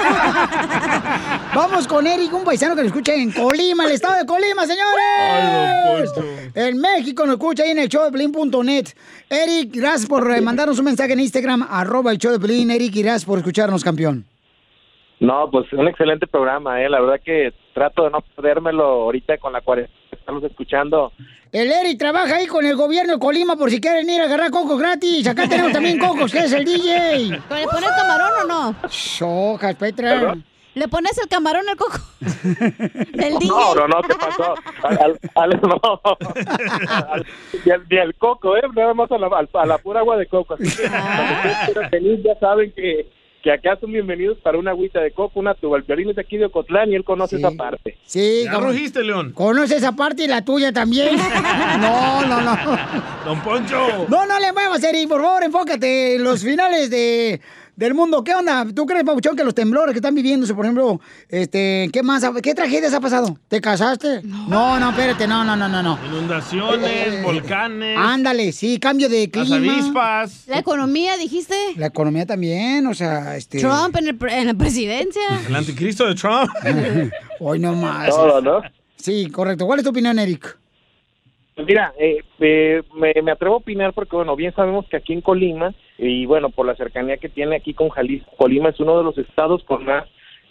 Vamos con Eric, un paisano que nos escucha en Colima, el estado de Colima, señores. Ay, don Poncho. En México nos escucha ahí en el showdeplin.net. Eric, gracias por mandarnos un mensaje en Instagram, @el show de Pelín. Eric, y gracias por escucharnos, campeón. No, pues un excelente programa, la verdad que trato de no perdérmelo ahorita con la cuarentena. Estamos escuchando. El Eric trabaja ahí con el gobierno de Colima por si quieren ir a agarrar cocos gratis. Acá tenemos también cocos, que es el DJ. ¿Le pones camarón o no? Sojas, Petra. ¿Perdón? ¿Le pones el camarón al coco? ¿El DJ? No, ¿qué pasó? No. Ni al coco, nada más a la pura agua de coco. Así que, feliz, ya saben que que acá son bienvenidos para una agüita de coco, una tuba. El Piolín es de aquí de Ocotlán y él conoce esa parte. Sí, Ya rugiste, León. ¿Conoce esa parte y la tuya también? No. Don Poncho. No le muevas, Eri, por favor, enfócate en los finales del mundo. ¿Qué onda? ¿Tú crees, Pabuchón, que los temblores que están viviéndose, por ejemplo, ¿qué más? ¿Qué tragedias ha pasado? ¿Te casaste? No, espérate, no. Inundaciones, volcanes. Ándale, sí, cambio de clima. Las avispas. La economía, dijiste. La economía también, o sea, Trump en la presidencia. El anticristo de Trump. Hoy no más. Todo, ¿no? Sí, correcto. ¿Cuál es tu opinión, Eric? Mira, me atrevo a opinar porque, bueno, bien sabemos que aquí en Colima, y bueno, por la cercanía que tiene aquí con Jalisco, Colima es uno de los estados con más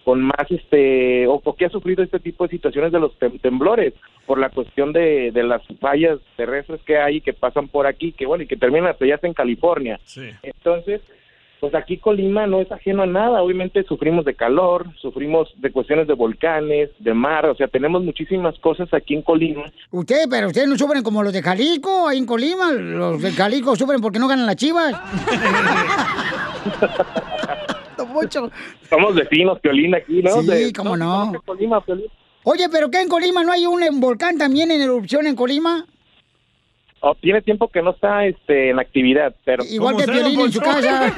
o que ha sufrido este tipo de situaciones de los temblores, por la cuestión de las fallas terrestres que hay que pasan por aquí, que bueno, y que terminan hasta allá en California. Sí. Entonces, pues aquí Colima no es ajeno a nada. Obviamente sufrimos de calor, sufrimos de cuestiones de volcanes, de mar, o sea, tenemos muchísimas cosas aquí en Colima. Pero ustedes no sufren como los de Jalisco, ahí en Colima. Los de Jalisco sufren porque no ganan las Chivas. Mucho. Somos vecinos, Piolín, aquí, ¿no? Sí, cómo no. Colima, Piolín. Oye, ¿pero qué en Colima? ¿No hay un volcán también en erupción en Colima? Tiene tiempo que no está en actividad, pero... Igual que Piolín en su casa.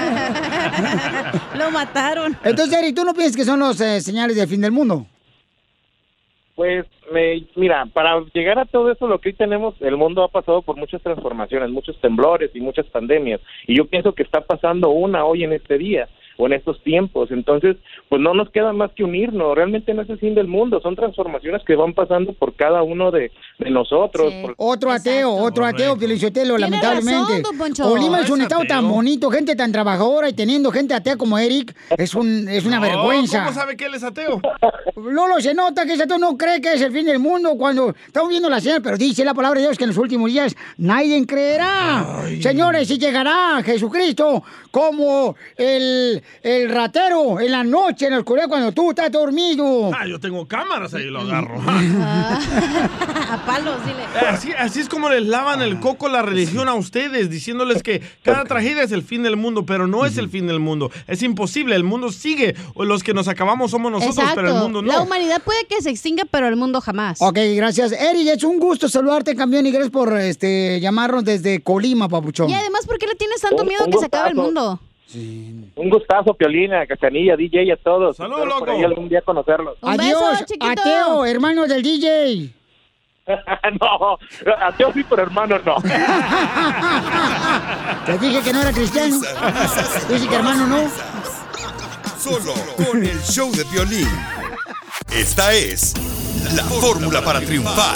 Lo mataron. Entonces, Eric, ¿tú no piensas que son los señales del fin del mundo? Pues, mira, para llegar a todo eso, lo que hoy tenemos, el mundo ha pasado por muchas transformaciones, muchos temblores y muchas pandemias, y yo pienso que está pasando una hoy en este día, o en estos tiempos. Entonces, pues no nos queda más que unirnos. Realmente no es el fin del mundo, son transformaciones que van pasando por cada uno de nosotros. Sí. Otro ateo, Piolinsotelo, lamentablemente. Razón, don Poncho. Colima es un Es estado ateo. tan bonito, gente tan trabajadora, y teniendo gente atea como Eric, es una vergüenza. ¿Cómo sabe que él es ateo? Lolo, se nota que ese ateo no cree que es el fin del mundo cuando estamos viendo la señal, pero dice la palabra de Dios que en los últimos días nadie creerá. Señores, si llegará Jesucristo como el ratero en la noche, en la oscuridad, cuando tú estás dormido. Yo tengo cámaras ahí, lo agarro. A palos, dile. Así es como les lavan el coco la religión a ustedes, diciéndoles que cada tragedia es el fin del mundo, pero no es el fin del mundo. Es imposible, el mundo sigue. O los que nos acabamos somos nosotros, Exacto. pero el mundo no. La humanidad puede que se extinga, pero el mundo jamás. Ok, gracias. Eric, es un gusto saludarte, campeón, y gracias por llamarnos desde Colima, papuchón. Y además, ¿por qué le tienes tanto miedo a que se acabe el mundo? Un gustazo, Piolina, Cachanilla, DJ, a todos. ¡Salud, Espero por loco! ahí algún día conocerlos. Un Adiós, beso, chiquito. ateo, hermano del DJ. No, ateo sí, pero hermano no. Te dije que no era cristiano. Dije que hermano no. Solo con el show de Piolín. Esta es la fórmula para triunfar.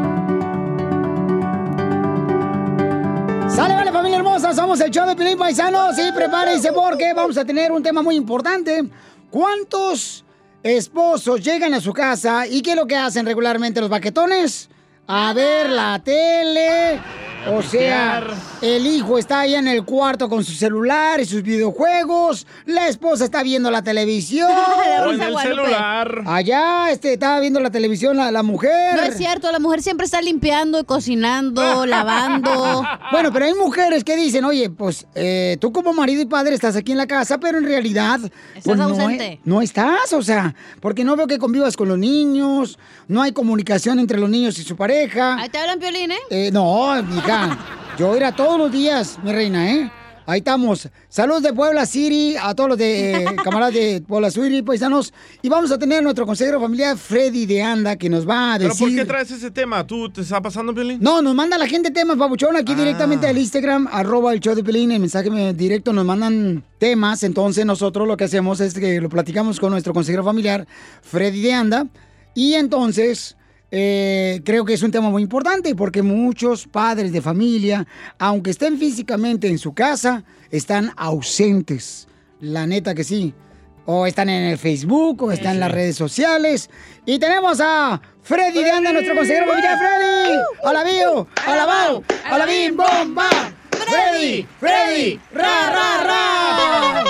Sale, vale, familia hermosa, somos el show de Piolín, paisanos, y prepárense porque vamos a tener un tema muy importante. ¿Cuántos esposos llegan a su casa y qué es lo que hacen regularmente los baquetones? A ver la tele. O sea, el hijo está ahí en el cuarto con su celular y sus videojuegos. La esposa está viendo la televisión. O en el celular. Allá estaba viendo la televisión la mujer. No es cierto, la mujer siempre está limpiando, cocinando, lavando. Bueno, pero hay mujeres que dicen, oye, pues tú como marido y padre estás aquí en la casa, pero en realidad pues, ausente. No estás, o sea, porque no veo que convivas con los niños, no hay comunicación entre los niños y su pareja. Ahí te hablan, Piolín, ¿eh? No, mija, yo ir a todos los días, mi reina, ¿eh? Ahí estamos. Saludos de Puebla City, a todos los de camaradas de Puebla City, paisanos. Y vamos a tener nuestro consejero familiar, Freddy de Anda, que nos va a decir... ¿Pero por qué traes ese tema? ¿Tú te está pasando, Piolín? No, nos manda la gente temas, papuchón, aquí directamente al Instagram, @el_show_de_Piolín, el mensaje directo, nos mandan temas. Entonces nosotros lo que hacemos es que lo platicamos con nuestro consejero familiar, Freddy de Anda. Y entonces... creo que es un tema muy importante porque muchos padres de familia, aunque estén físicamente en su casa, están ausentes. La neta que sí. O están en el Facebook, o están en las redes sociales. Y tenemos a Freddy de Anda, nuestro consejero familiar. ¡Freddy! ¡Alabío! ¡Alabao! ¡Alabim! ¡Bomba! ¡Freddy! ¡Freddy! ¡Ra, ra, ra!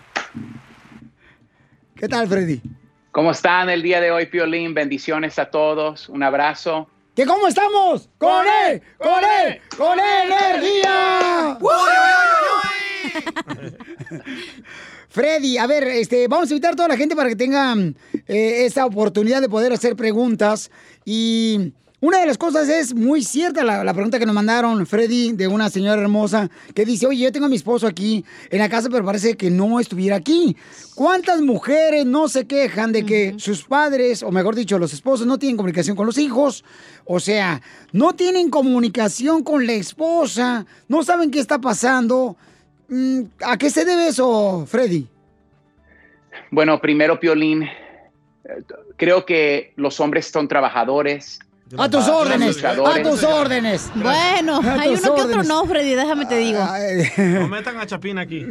¿Qué tal, Freddy? ¿Cómo están el día de hoy, Piolín? Bendiciones a todos. Un abrazo. ¿Qué cómo estamos? ¡Con él! ¡Con él! ¡Con energía! Freddy, a ver, vamos a invitar a toda la gente para que tengan esa oportunidad de poder hacer preguntas. Y una de las cosas es muy cierta la pregunta que nos mandaron, Freddy, de una señora hermosa que dice, oye, yo tengo a mi esposo aquí en la casa, pero parece que no estuviera aquí. ¿Cuántas mujeres no se quejan de que sus padres, o mejor dicho, los esposos, no tienen comunicación con los hijos? O sea, no tienen comunicación con la esposa, no saben qué está pasando. ¿A qué se debe eso, Freddy? Bueno, primero, Piolín, creo que los hombres son trabajadores. ¡A tus órdenes! ¡A tus órdenes! Bueno, hay uno que otro no, Freddy, déjame te digo. No metan a Chapín aquí.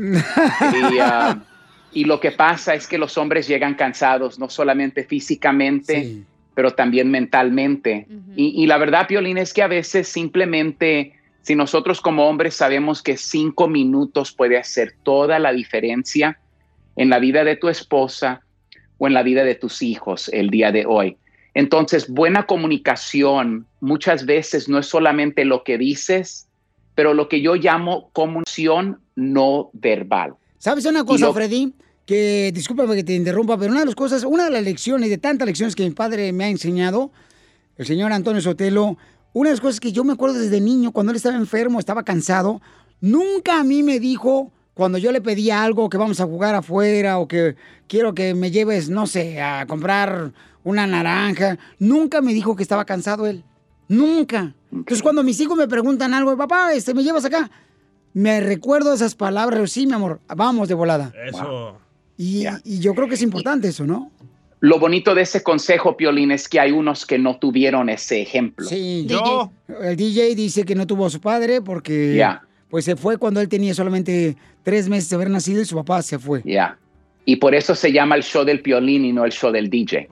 Y lo que pasa es que los hombres llegan cansados, no solamente físicamente, pero también mentalmente. Y la verdad, Piolín, es que a veces simplemente, si nosotros como hombres sabemos que 5 minutos puede hacer toda la diferencia en la vida de tu esposa o en la vida de tus hijos el día de hoy. Entonces, buena comunicación muchas veces no es solamente lo que dices, pero lo que yo llamo comunicación no verbal. ¿Sabes una cosa, Freddy? Que, discúlpame que te interrumpa, pero una de las lecciones, de tantas lecciones que mi padre me ha enseñado, el señor Antonio Sotelo, una de las cosas que yo me acuerdo desde niño, cuando él estaba enfermo, estaba cansado, nunca a mí me dijo, cuando yo le pedía algo, que vamos a jugar afuera o que quiero que me lleves, no sé, a comprar una naranja, nunca me dijo que estaba cansado él. Nunca. Entonces, cuando mis hijos me preguntan algo, papá, ¿me llevas acá? Me recuerdo esas palabras, sí, mi amor, vamos de volada. Eso. Y yo creo que es importante eso, ¿no? Lo bonito de ese consejo, Piolín, es que hay unos que no tuvieron ese ejemplo. Sí, el DJ dice que no tuvo a su padre porque pues se fue cuando él tenía solamente 3 meses de haber nacido y su papá se fue. Y por eso se llama el show del Piolín y no el show del DJ.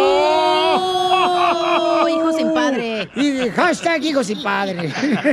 ¡Oh! Hijo sin padre. Y hashtag hijo sin padre.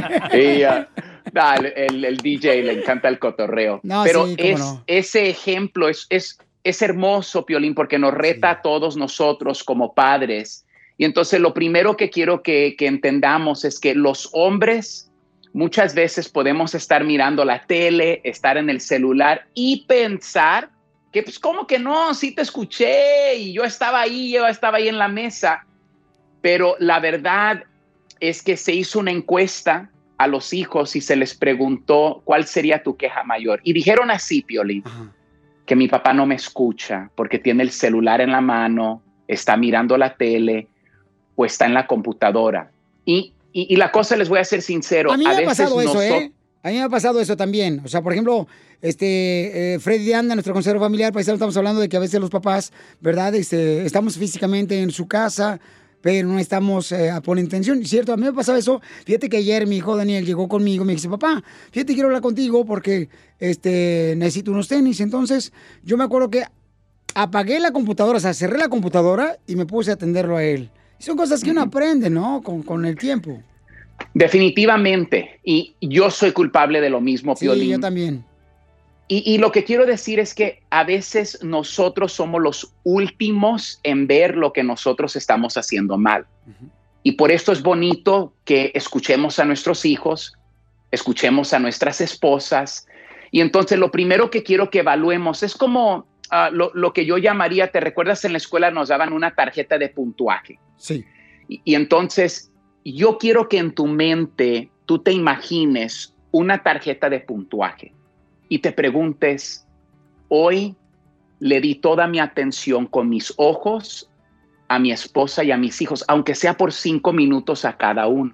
El DJ le encanta el cotorreo. No, pero sí, ese ejemplo es hermoso, Piolín, porque nos reta a todos nosotros como padres. Y entonces lo primero que quiero que entendamos es que los hombres muchas veces podemos estar mirando la tele, estar en el celular y pensar que pues ¿cómo que no? Sí te escuché y yo estaba ahí en la mesa. Pero la verdad es que se hizo una encuesta a los hijos y se les preguntó cuál sería tu queja mayor. Y dijeron así, Piolín, que mi papá no me escucha porque tiene el celular en la mano, está mirando la tele o está en la computadora. Y la cosa, les voy a ser sincero. A mí me ha pasado eso, A mí me ha pasado eso también. O sea, por ejemplo, Freddy de Anda, nuestro consejero familiar, paisano, estamos hablando de que a veces los papás, ¿verdad? Estamos físicamente en su casa, pero no estamos poniendo atención, ¿cierto? A mí me pasaba eso. Fíjate que ayer mi hijo Daniel llegó conmigo y me dice, papá, fíjate, quiero hablar contigo porque necesito unos tenis. Entonces, yo me acuerdo que apagué la computadora, o sea, cerré la computadora y me puse a atenderlo a él. Y son cosas que uno aprende, ¿no? Con el tiempo. Definitivamente. Y yo soy culpable de lo mismo, Piolín. Sí, yo también. Y lo que quiero decir es que a veces nosotros somos los últimos en ver lo que nosotros estamos haciendo mal. Y por esto es bonito que escuchemos a nuestros hijos, escuchemos a nuestras esposas. Y entonces lo primero que quiero que evaluemos es como lo que yo llamaría, ¿te recuerdas? En la escuela nos daban una tarjeta de puntuaje. Sí. Y entonces yo quiero que en tu mente tú te imagines una tarjeta de puntuaje. Y te preguntes, hoy le di toda mi atención con mis ojos a mi esposa y a mis hijos, aunque sea por 5 minutos a cada uno.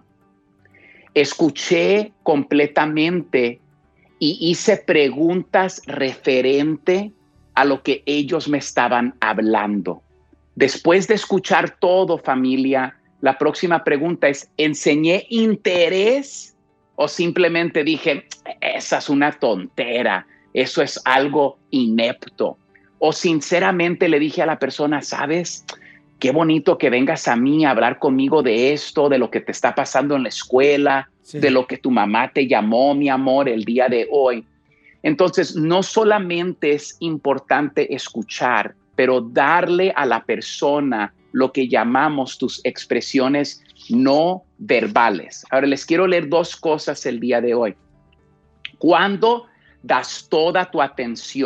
Escuché completamente y hice preguntas referente a lo que ellos me estaban hablando. Después de escuchar todo, familia, la próxima pregunta es, ¿enseñé interés? O simplemente dije, esa es una tontera, eso es algo inepto. O sinceramente le dije a la persona, ¿sabes? Qué bonito que vengas a mí a hablar conmigo de esto, de lo que te está pasando en la escuela, de lo que tu mamá te llamó, mi amor, el día de hoy. Entonces, no solamente es importante escuchar, pero darle a la persona lo que llamamos tus expresiones no verbales. Ahora les quiero leer 2 cosas el día de hoy. Cuando das toda tu atención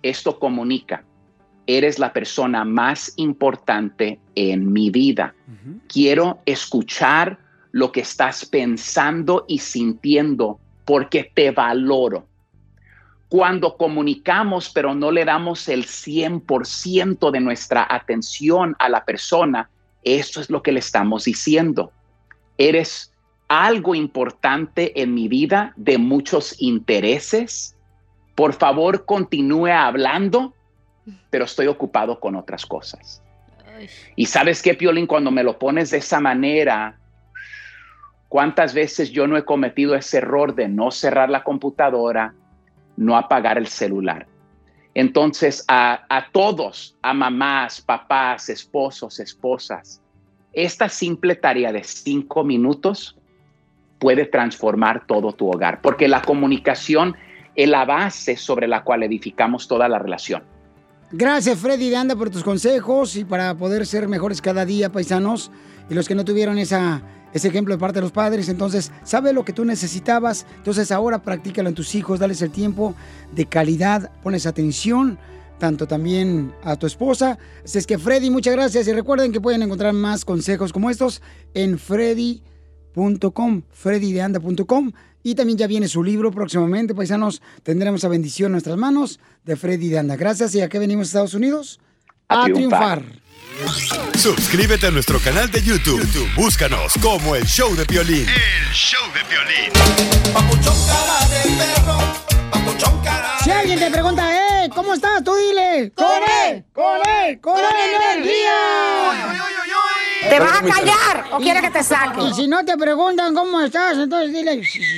esto comunica. Eres la persona más importante en mi vida. Quiero escuchar lo que estás pensando y sintiendo porque te valoro. Cuando comunicamos pero no le damos el 100% de nuestra atención a la persona, eso es lo que le estamos diciendo. Eres algo importante en mi vida, de muchos intereses. Por favor, continúe hablando, pero estoy ocupado con otras cosas. Y ¿sabes qué, Piolín? Cuando me lo pones de esa manera, ¿cuántas veces yo no he cometido ese error de no cerrar la computadora, no apagar el celular? Entonces, a todos, a mamás, papás, esposos, esposas, esta simple tarea de 5 minutos puede transformar todo tu hogar, porque la comunicación es la base sobre la cual edificamos toda la relación. Gracias, Freddy de Anda, por tus consejos y para poder ser mejores cada día, paisanos. Y los que no tuvieron ese ejemplo de parte de los padres, entonces, sabe lo que tú necesitabas. Entonces, ahora practícalo en tus hijos, dales el tiempo de calidad, pones atención, tanto también a tu esposa. Así es que, Freddy, muchas gracias. Y recuerden que pueden encontrar más consejos como estos en freddydeanda.com. Y también ya viene su libro próximamente, paisanos. Tendremos a bendición en nuestras manos de Freddy de Anda. Gracias. ¿Y a qué venimos a Estados Unidos? A triunfar. Suscríbete a nuestro canal de YouTube. Búscanos como El Show de Piolín. El Show de Piolín. Papuchón cara de perro, papuchón cara de... Si alguien te pregunta, ¿cómo estás? Tú dile. ¡Con él! ¡Con energía! ¿Te vas a callar o quieres que te saque? Y si no te preguntan cómo estás, entonces dile...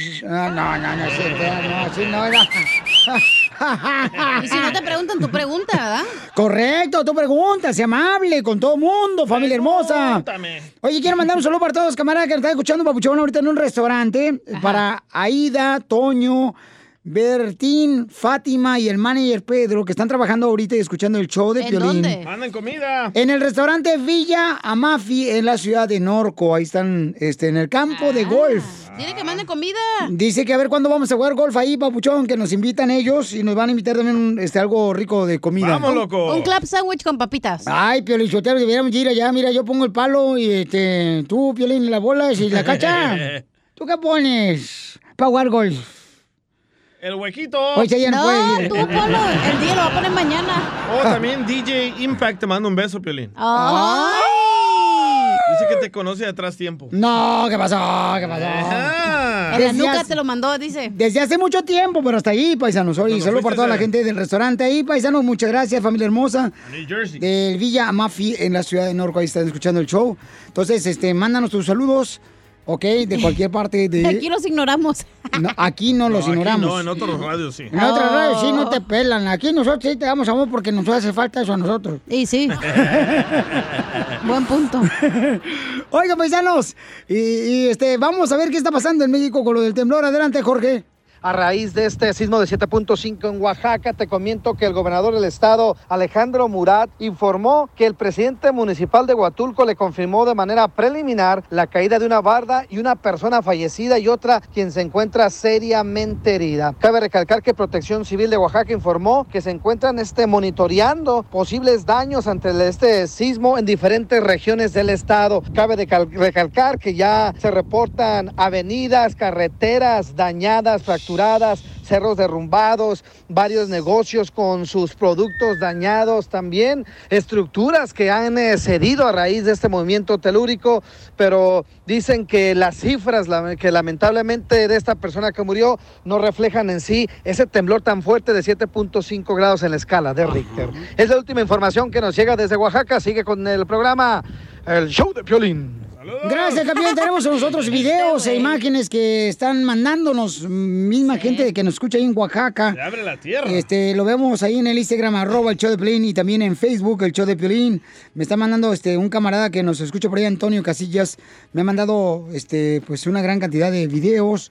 Y si no te preguntan, tú pregunta, ¿verdad? Correcto, tú preguntas, sé amable con todo mundo, familia hermosa. Oye, quiero mandar un saludo para todos los camaradas que nos están escuchando, papuchón, ahorita en un restaurante. Para Aida, Toño, Bertín, Fátima y el manager Pedro, que están trabajando ahorita y escuchando el show de Piolín. ¿En dónde? Mandan comida. En el restaurante Villa Amafi, en la ciudad de Norco. Ahí están, en el campo de golf. Dile que manden comida. Dice que a ver cuándo vamos a jugar golf ahí, papuchón, que nos invitan ellos y nos van a invitar también algo rico de comida. ¡Vamos, loco! Un club sandwich con papitas. Ay, Piolín Sotelo, deberíamos ir allá. Mira, yo pongo el palo y tú, Piolín, las bolas y la cacha. ¿Tú qué pones para jugar golf? El huequito. Oye, ya no puede ir. Tú ponlo. El día lo va a poner mañana. Oh, también DJ Impact te manda un beso, Piolín. ¡Ay! Dice que te conoce de atrás tiempo. No, ¿qué pasó? En la nuca te lo mandó, dice. Desde hace mucho tiempo, pero hasta ahí, paisanos. Oye, saludos para toda la gente del restaurante ahí, paisanos. Muchas gracias, familia hermosa. New Jersey. Del Villa Amafi, en la ciudad de Norco. Ahí están escuchando el show. Entonces, mándanos tus saludos. Ok, de cualquier parte de... Aquí los ignoramos. No, aquí no los ignoramos. No, en otros radios sí. En otras radios sí no te pelan. Aquí nosotros sí te damos amor porque nos hace falta eso a nosotros. Y sí. Buen punto. Oiga, paisanos, y vamos a ver qué está pasando en México con lo del temblor. Adelante, Jorge. A raíz de este sismo de 7.5 en Oaxaca, te comento que el gobernador del estado, Alejandro Murat, informó que el presidente municipal de Huatulco le confirmó de manera preliminar la caída de una barda y una persona fallecida y otra quien se encuentra seriamente herida. Cabe recalcar que Protección Civil de Oaxaca informó que se encuentran monitoreando posibles daños ante este sismo en diferentes regiones del estado. Cabe recalcar que ya se reportan avenidas, carreteras dañadas, fracturadas, cerros derrumbados, varios negocios con sus productos dañados, también estructuras que han cedido a raíz de este movimiento telúrico, pero dicen que las cifras que lamentablemente de esta persona que murió no reflejan en sí ese temblor tan fuerte de 7.5 grados en la escala de Richter. Es la última información que nos llega desde Oaxaca. Sigue con el programa El Show de Piolín. Gracias, campeón. Tenemos nosotros videos e imágenes que están mandándonos misma gente que nos escucha ahí en Oaxaca. Se abre la tierra. Lo vemos ahí en el Instagram, @el show de Piolín, y también en Facebook, el show de Piolín. Me está mandando un camarada que nos escucha por ahí, Antonio Casillas. Me ha mandado pues una gran cantidad de videos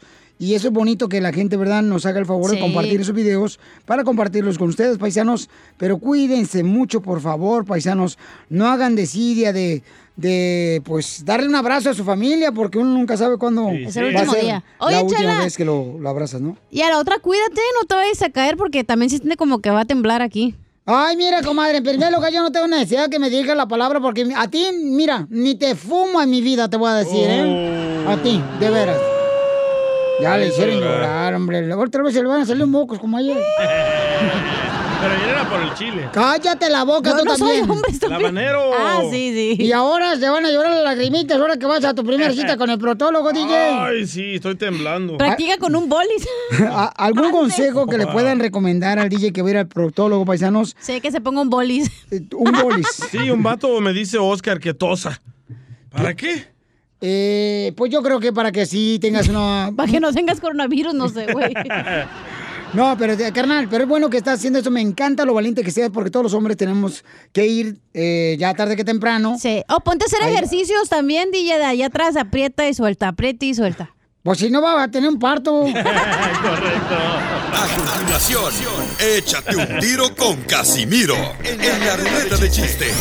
Y eso es bonito que la gente, ¿verdad?, nos haga el favor de Sí. compartir esos videos para compartirlos con ustedes, paisanos. Pero cuídense mucho, por favor, paisanos. No hagan desidia de pues, darle un abrazo a su familia, porque uno nunca sabe cuándo Es el va a último ser día. la Oye, última Chela. vez que lo abrazas, ¿no? Y a la otra, cuídate, no te vayas a caer porque también se siente como que va a temblar aquí. Ay, mira, comadre, en primer lugar yo no tengo necesidad que me digas la palabra porque a ti, mira, ni te fumo en mi vida, te voy a decir, ¿eh? A ti, de veras. Ya le hicieron llorar, hombre. Otra vez se le van a salir mocos como ayer. Pero ayer era por el chile. Cállate la boca, Yo tú no soy también. hombre, El habanero. Ah, sí. Y ahora se van a llorar las lagrimitas ahora que vas a tu primera cita con el protólogo, DJ. Ay, sí, estoy temblando. Practica con un bolis. ¿Algún consejo que le puedan recomendar al DJ que va a ir al proctólogo, paisanos? Sé que se ponga un bolis. Un bolis. Sí, un vato me dice Oscar que tosa. ¿Para qué? Pues yo creo que para que sí tengas una... Para que no tengas coronavirus, no sé, güey. No, pero carnal, pero es bueno que estás haciendo eso. Me encanta lo valiente que seas porque todos los hombres tenemos que ir ya tarde que temprano. Sí. O ponte a hacer ejercicios también, DJ, de allá atrás. Aprieta y suelta, aprieta y suelta. Pues si no va a tener un parto. Correcto. A continuación, échate un tiro con Casimiro en la ruleta de chistes.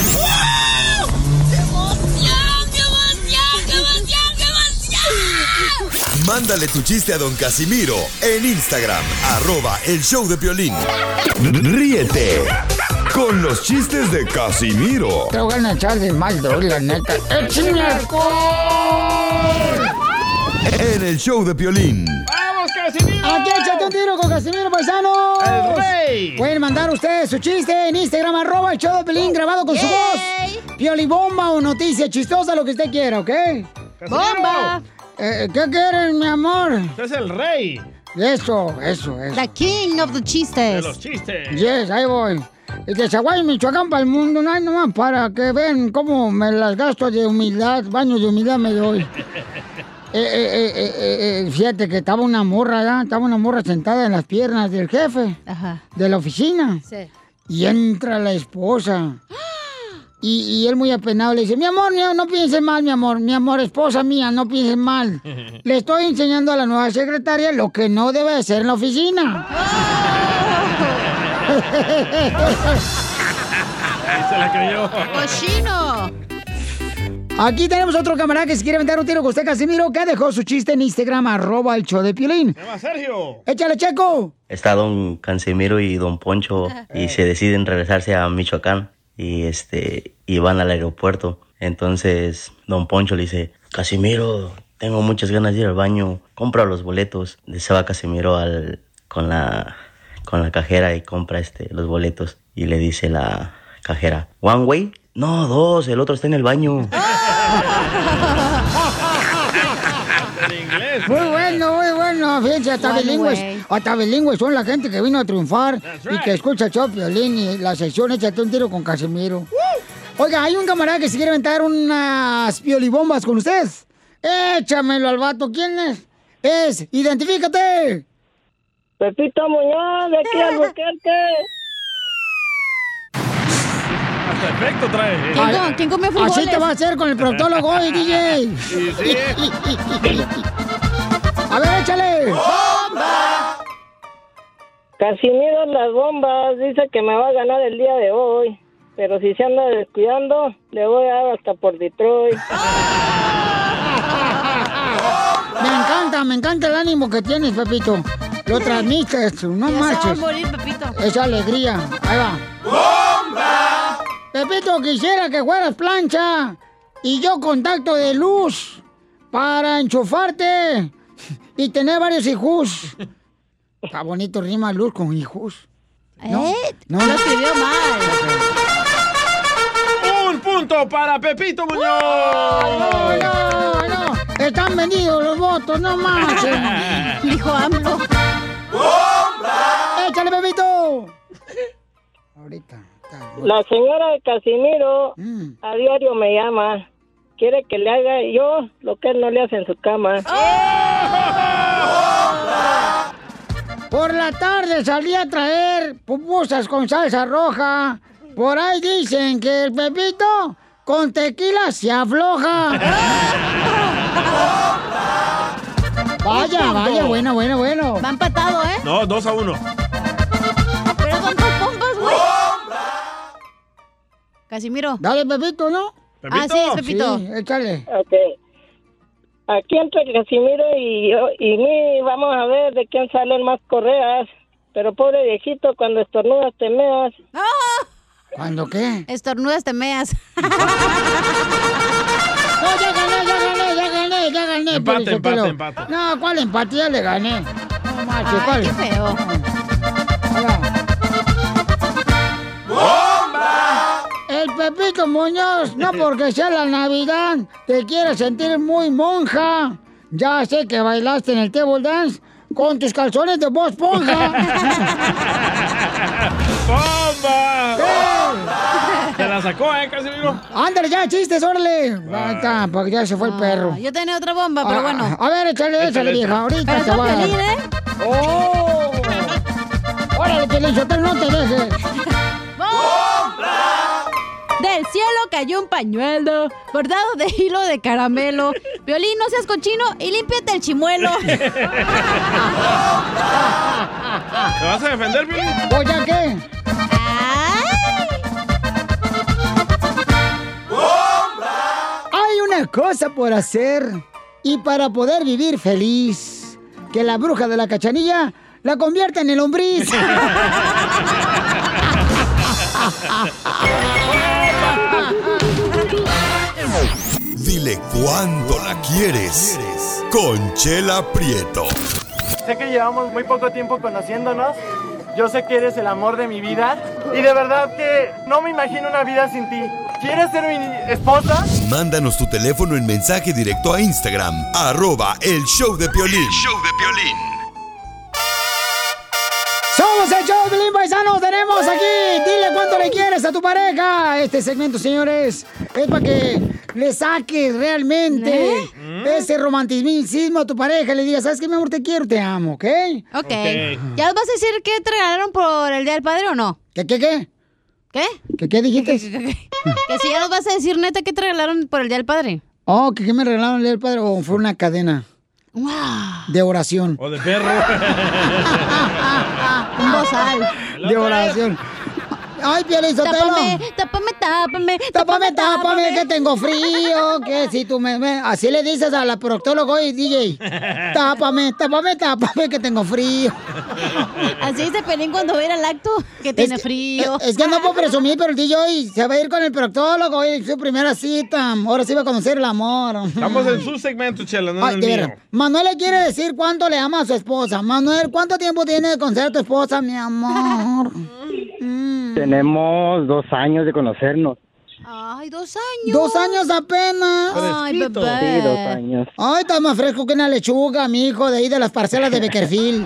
Mándale tu chiste a don Casimiro en Instagram, @el show de Piolín. Ríete con los chistes de Casimiro Te voy a echar de mal, la neta. ¡Échame alcohol! en el show de Piolín. ¡Vamos, Casimiro! Aquí échate un tiro con Casimiro, paisanos. ¡El rey! Pueden mandar ustedes su chiste en Instagram, ¡el show de Piolín, grabado con su voz. Piolibomba o noticia chistosa, lo que usted quiera, ¿ok? ¡Bomba! ¿Qué quieren, mi amor? Usted es el rey Eso. The king of the de chistes. los chistes. Yes, ahí voy. Y de Zaguay, Michoacán, para el mundo, no hay nomás para que vean cómo me las gasto de humildad, baños de humildad me doy. Fíjate que estaba una morra, ¿ya? Estaba una morra sentada en las piernas del jefe de la oficina. Sí. Y entra la esposa. Y él muy apenado le dice, mi amor, no pienses mal, mi amor, esposa mía, no pienses mal. Le estoy enseñando a la nueva secretaria lo que no debe hacer en la oficina. Ahí se la creyó. ¡Cochino! Aquí tenemos otro camarada que se quiere aventar un tiro con usted, Casimiro, que dejó su chiste en Instagram, ¡el show de Piolín! Se llama Sergio. ¡Échale, Checo! Está don Casimiro y don Poncho y se deciden regresarse a Michoacán y van al aeropuerto. Entonces don Poncho le dice, Casimiro, tengo muchas ganas de ir al baño, compra los boletos. Se va Casimiro con la cajera y compra los boletos y le dice la cajera, ¿one way? No, 2, el otro está en el baño. Muy bueno, fíjense, hasta bilingües son la gente que vino a triunfar y que escucha el show Piolín y la sección Échate un tiro con Casimiro. Oiga, hay un camarada que se quiere aventar unas piolibombas con ustedes. Échamelo al vato, ¿quién es? Identifícate. Pepito Muñoz, de aquí al Albuquerque. Hasta efecto trae. ¿Quién comió frijoles? Así te va a hacer con el proctólogo hoy, DJ. Sí. A ver, échale. ¡Bomba! Casimiro las bombas dice que me va a ganar el día de hoy. Pero si se anda descuidando, le voy a dar hasta por Detroit. Me encanta el ánimo que tienes, Pepito. Lo transmites, no Ya marches. se va a morir, Pepito. Esa alegría. Ahí va. ¡Bomba! Pepito, quisiera que fueras plancha y yo contacto de luz para enchufarte y tener varios hijos. Está bonito, rima luz con hijos. No lo escribió mal. ¡Un punto para Pepito Muñoz! No. Están vendidos los votos, no marchen. Dijo AMLO. ¡Bomba! ¡Échale, Pepito! Ahorita. La señora de Casimiro a diario me llama. Quiere que le haga yo lo que él no le hace en su cama. Por la tarde salí a traer pupusas con salsa roja. Por ahí dicen que el Pepito con tequila se afloja. Vaya, bueno. Va empatado, ¿eh? No, 2-1. Pero ¿cuántas pompas, güey? Casimiro. Dale, Pepito, ¿no? ¿Pepito? Ah, sí, es Pepito. Sí, échale. Ok. Aquí entre Casimiro y yo y mí vamos a ver de quién salen más correas. Pero pobre viejito, cuando estornudas te meas. ¿Cuándo qué? Estornudas, te meas. No, ya gané. Empate. No, ¿cuál empate? Ya le gané. No marches, ¿cuál? Qué feo. El Pepito Muñoz, no porque sea la Navidad, te quiere sentir muy monja. Ya sé que bailaste en el table dance con tus calzones de Bob Esponja. ¡Bomba! Se la sacó, Casimiro. Ándale ya, chistes, órale. Ahí está, porque ya se fue el perro. Yo tenía otra bomba, pero bueno. A ver, échale, vieja, ahorita Pero te va a dar. Piolín, ¿eh? ¡Oh! ¡Órale, Piolín, no te dejes! Del cielo cayó un pañuelo bordado de hilo de caramelo. Piolín, no seas cochino y límpiate el chimuelo. ¿Te vas a defender, Piolín? ¿O ya qué? Hay una cosa por hacer y para poder vivir feliz. Que la bruja de la Cachanilla la convierta en el lombriz. Dile cuándo la quieres. Conchela Prieto. Sé que llevamos muy poco tiempo conociéndonos. Yo sé que eres el amor de mi vida. Y de verdad que no me imagino una vida sin ti. ¿Quieres ser mi esposa? Mándanos tu teléfono en mensaje directo a Instagram, @elshowdepiolín. Somos el show de Piolín, paisanos. Tenemos aquí, dile cuánto le quieres a tu pareja. Este segmento, señores, es para que le saques realmente ese romanticismo a tu pareja. Le digas, ¿sabes qué, mi amor? Te quiero, te amo, ¿ok? Ok. ¿Ya os vas a decir qué te regalaron por el Día del Padre o no? ¿Qué? ¿Qué? ¿Qué dijiste? Que si ya nos vas a decir, neta, ¿qué te regalaron por el Día del Padre? Oh, ¿qué me regalaron el Día del Padre? ¿O fue una cadena? ¡Wow! De oración. O de perro. Un bozal. De oración. Ay, Piolín Sotelo. Tápame, que tengo frío. Que si tú así le dices a la proctólogo y DJ. Tápame, que tengo frío. Así dice Pelín cuando va a ir al acto, que tiene frío. Es que no puedo presumir, pero el DJ se va a ir con el proctólogo y su primera cita. Ahora sí va a conocer el amor. Estamos en su segmento, Chela, no en el de mío. verdad. Manuel le quiere decir cuánto le ama a su esposa. Manuel, ¿cuánto tiempo tiene de conocer a tu esposa, mi amor? Tenemos 2 años de conocernos. Ay, 2 años. 2 años apenas. Ay, bebé. Sí, 2 años. Ay, está más fresco que una lechuga, mi hijo, de ahí de las parcelas de Beckerfield.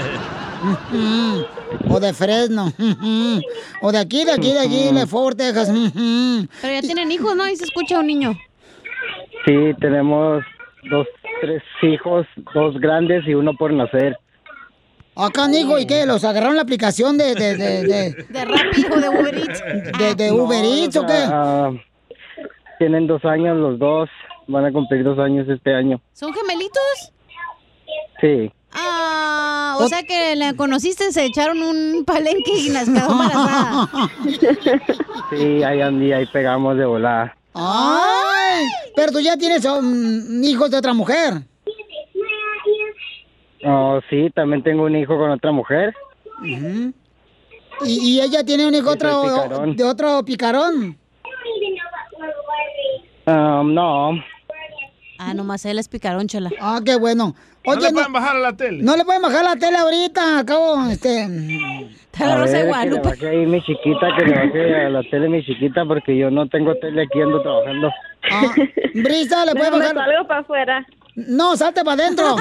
O de Fresno. O de aquí, de Fort Texas. Pero ya tienen hijos, ¿no? Ahí se escucha un niño. Sí, tenemos 3 hijos, 2 grandes y 1 por nacer. Acá, hijo, ¿y qué? ¿Los agarraron la aplicación de ¿De Rappi o de Uber Eats? ¿De Uber Eats o qué? Tienen 2 años los dos. Van a cumplir 2 años este año. ¿Son gemelitos? Sí. Ah, o sea que la conociste, se echaron un palenque y las quedó embarazada. Sí, ahí pegamos de volada. ¡Ay! Pero tú ya tienes hijos de otra mujer. Oh, sí, también tengo un hijo con otra mujer. ¿Y ella tiene un hijo de otro picarón? No. Ah, nomás él es picarón, Chela. Ah, qué bueno. Oye, ¿No le pueden bajar a la tele? No le pueden bajar la tele ahorita, acabo, A ver, que le baje ahí mi chiquita, que le baje a la tele mi chiquita, porque yo no tengo tele aquí, ando trabajando. Brisa, ¿le puede bajar? Me salgo para afuera. No, salte para adentro.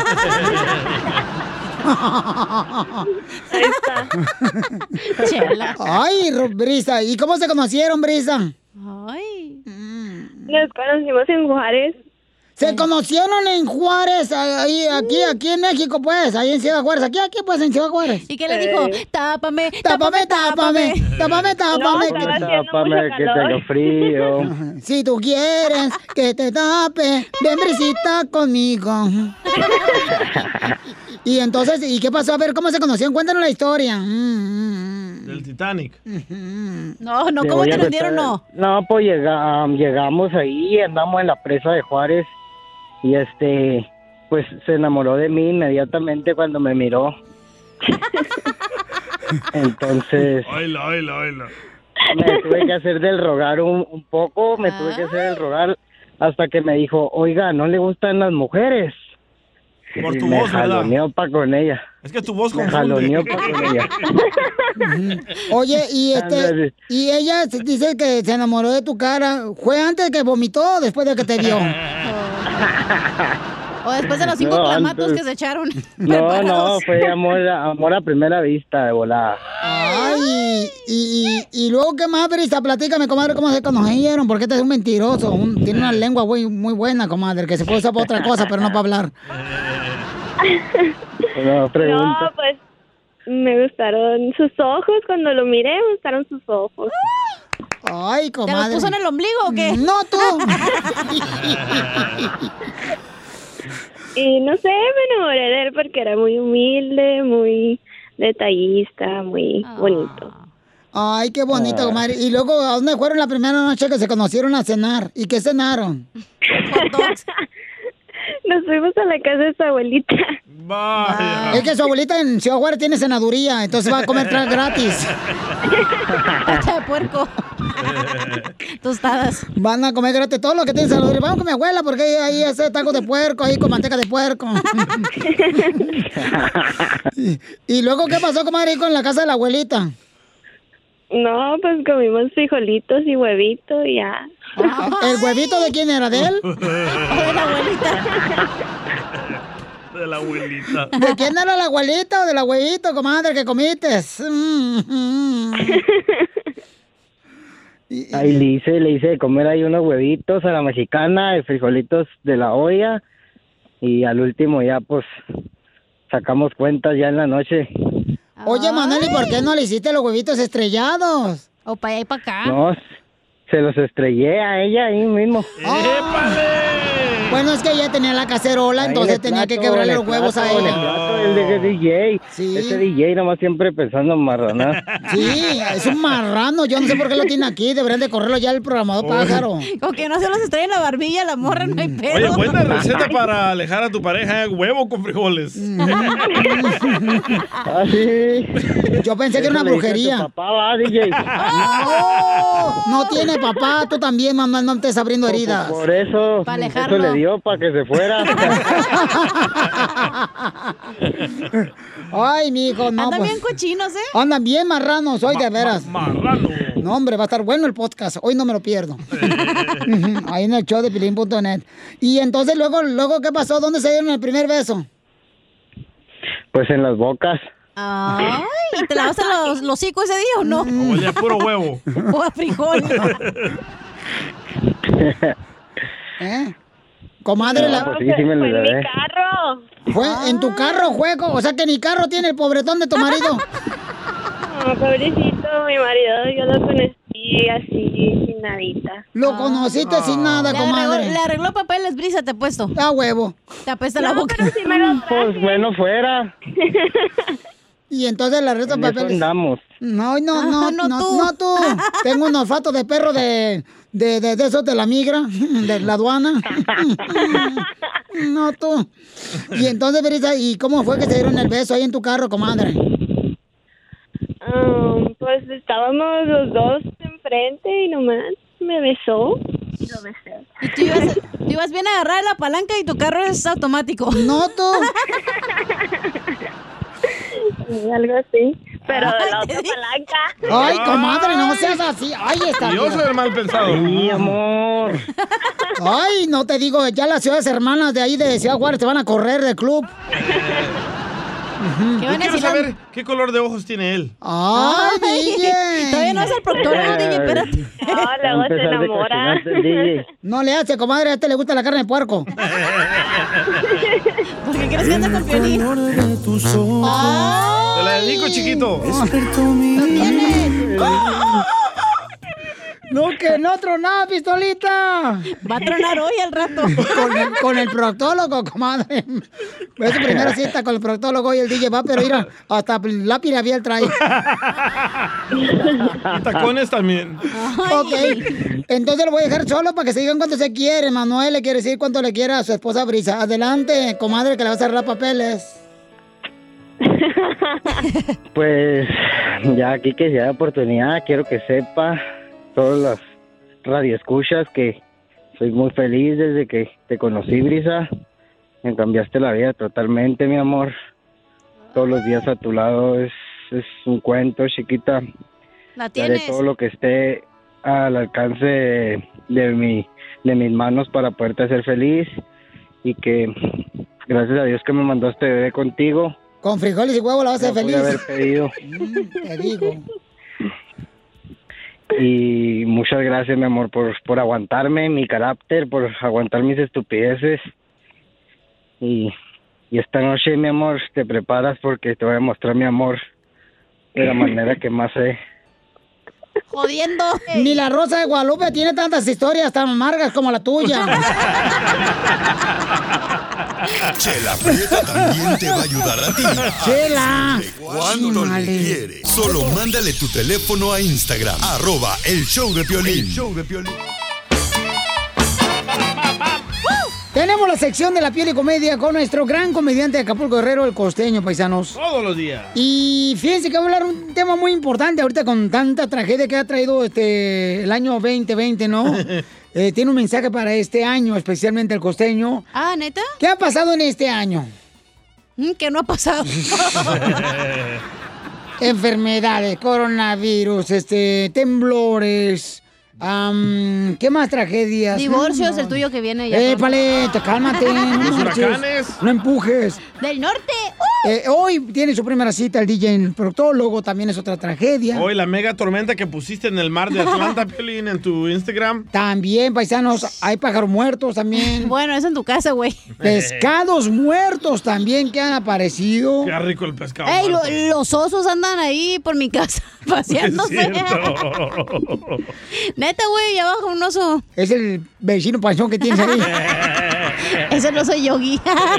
Ahí está. Chela. Ay, Brisa, ¿y cómo se conocieron, Brisa? Ay. Nos conocimos en Juárez. Se conocieron en Juárez, aquí en México, pues, ahí en Ciudad Juárez. Aquí, pues, en Ciudad Juárez. ¿Y qué le dijo? Tápame, tápame, tápame, tápame, tápame. Tápame, que tengo frío. Si tú quieres que te tape, ven brisita conmigo. Y entonces, ¿y qué pasó? A ver, ¿cómo se conocieron? Cuéntanos la historia. Del Titanic. No, ¿cómo te vendieron? No, pues llegamos ahí, andamos en la presa de Juárez y pues se enamoró de mí inmediatamente cuando me miró. Entonces... Oílo. Me tuve que hacer del rogar un poco, me tuve que hacer del rogar hasta que me dijo, oiga, ¿no le gustan las mujeres? Por y tu me voz, ¿verdad? jaloneó pa' con ella. Es que tu voz Me confunde. jaloneó pa' con ella. Oye, y ella dice que se enamoró de tu cara. ¿Fue antes de que vomitó o después de que te vio? O después de los 5 clamatos que se echaron. No, fue amor a primera vista, de volada. Ay, y luego, ¿qué más, Brisa? Platícame, comadre, cómo se conocieron, porque este es un mentiroso. Tiene una lengua muy buena, comadre, que se puede usar para otra cosa, pero no para hablar. No, pregunta. No, pues me gustaron sus ojos. Cuando lo miré, me gustaron sus ojos. Ay, comadre. ¿Te los puso en el ombligo o qué? No, tú. Y no sé, me enamoré de él porque era muy humilde, muy detallista, muy bonito. Ay, qué bonito, comadre. Y luego, ¿a dónde fueron la primera noche que se conocieron a cenar? ¿Y qué cenaron? Nos fuimos a la casa de su abuelita. Vaya. Es que su abuelita en Ciudad Juárez tiene cenaduría, entonces va a comer gratis. Pata de puerco. Tostadas. Van a comer gratis todo lo que tiene cenaduría. Vamos con mi abuela porque ahí hace tacos de puerco, ahí con manteca de puerco. ¿Y luego qué pasó, comadre, ahí con la casa de la abuelita? No, pues comimos frijolitos y huevito y ya. ¿El huevito de quién era? ¿De él? O de la abuelita. De la abuelita. ¿De quién era la abuelita o del abuelito, comadre, que comiste? Ahí le hice de comer ahí unos huevitos a la mexicana, y frijolitos de la olla, y al último ya pues sacamos cuentas ya en la noche. Oye, Manuel, ¿y por qué no le hiciste los huevitos estrellados? O para allá y para acá. No, se los estrellé a ella ahí mismo. Bueno, es que ella tenía la cacerola, entonces tenía que quebrarle los huevos a ella. El de DJ. Sí. Ese DJ nomás siempre pensando en marranar. Sí, es un marrano. Yo no sé por qué lo tiene aquí. Deberían de correrlo ya el programador pájaro. Con que no se los estrella en la barbilla, la morra, no hay pedo. Oye, buena receta para alejar a tu pareja, huevo con frijoles. Ah, sí. Yo pensé que era una brujería. Papá va, DJ. No tiene papá. Tú también, mamá, no estés abriendo heridas. Por eso. Para alejarlo. Eso le dio para que se fuera. Ay, mijo, no. Andan pues, bien cochinos, ¿eh? Andan bien marranos hoy, de veras. Marrano. No, hombre, va a estar bueno el podcast. Hoy no me lo pierdo. Ahí en el show de Pilín.net. Y entonces, luego, ¿qué pasó? ¿Dónde se dieron el primer beso? Pues en las bocas. Ay, ¿y te lavaste los hocicos ese día o no? O olía puro huevo. O a frijol. ¿Eh? Comadre, No, pues sí me lo Fue en llevé. mi carro. ¿Fue en tu carro, juego? O sea que ni carro tiene el pobretón de tu marido. No, pobrecito, mi marido, yo lo conocí así, sin nadita. Lo conociste sin nada, comadre. Le arregló papeles, Brisa, te he puesto. A huevo. Te apesta la boca. Pero sí me lo traje. Pues bueno, fuera. Y entonces le arregló En eso papeles. andamos. No no tú. Tengo un olfato de perro de esos de la migra, de la aduana. No tú. Y entonces, Brisa, ¿y cómo fue que se dieron el beso ahí en tu carro, comadre? Pues estábamos los dos enfrente y nomás me besó y lo besé. Y tú ibas bien a agarrar la palanca y tu carro es automático. No tú. Algo así, pero de la otra palanca. Ay, comadre, no seas así. Ay, está. Yo soy el mal pensado. Mi amor. Ay, no te digo, ya las ciudades hermanas de ahí de Ciudad Juárez te van a correr del club. Yo quiero saber qué color de ojos tiene él. ¡Ay, DJ! Todavía no es el proctólogo, DJ, espérate. No, luego se enamora. No le hace, comadre, a este le gusta la carne de puerco. ¿Por qué crees que anda con Piolín? Te la dedico, chiquito. No tiene. No, que no tronaba, pistolita. Va a tronar hoy al rato. Con el proctólogo, comadre. Es su primera cita con el proctólogo y el DJ va, pero mira, hasta lápiz labial trae. Y tacones también. Ok, entonces lo voy a dejar solo para que se digan cuánto se quiere. Manuel le quiere decir cuánto le quiere a su esposa Brisa. Adelante, comadre, que le va a cerrar papeles. Pues ya aquí que sea oportunidad, quiero que sepa todas las radioescuchas que soy muy feliz desde que te conocí, Brisa. Me cambiaste la vida totalmente, mi amor. Todos los días a tu lado es un cuento, chiquita. La Haré tienes. todo lo que esté al alcance de mis manos para poderte hacer feliz y que gracias a Dios que me mandó este bebé contigo. Con frijoles y huevo la vas a hacer Lo feliz. pude haber pedido. Te digo. Y muchas gracias, mi amor, por aguantarme mi carácter, por aguantar mis estupideces. Y esta noche, mi amor, te preparas porque te voy a mostrar mi amor de la manera que más sé. Jodiendo. Ni la Rosa de Guadalupe tiene tantas historias tan amargas como la tuya. Chela Prieto también te va a ayudar a ti. Chela. Cuando le quieres. Solo mándale tu teléfono a Instagram, @elshowdepiolín. Tenemos la sección de la piel y comedia con nuestro gran comediante de Acapulco Guerrero, el Costeño, paisanos. Todos los días. Y fíjense que voy a hablar de un tema muy importante ahorita con tanta tragedia que ha traído el año 2020, ¿no? Tiene un mensaje para este año, especialmente el Costeño. Ah, ¿neta? ¿Qué ha pasado en este año? ¿Qué no ha pasado? Enfermedades, coronavirus, temblores, ¿qué más tragedias? Divorcios, el tuyo que viene ya. Paleta, cálmate. Los marches, huracanes. No empujes. Del norte. Hoy tiene su primera cita el DJ en el proctólogo, también es otra tragedia. Hoy la mega tormenta que pusiste en el mar de Atlanta, Piolín, en tu Instagram. También, paisanos, hay pájaros muertos también. Bueno, es en tu casa, güey. Pescados muertos también que han aparecido. Qué rico el pescado. Ey, muerto. los osos andan ahí por mi casa paseándose. Es cierto. Neta, güey, ya baja un oso. Es el vecino panzón que tienes ahí. Ese no soy Yogi.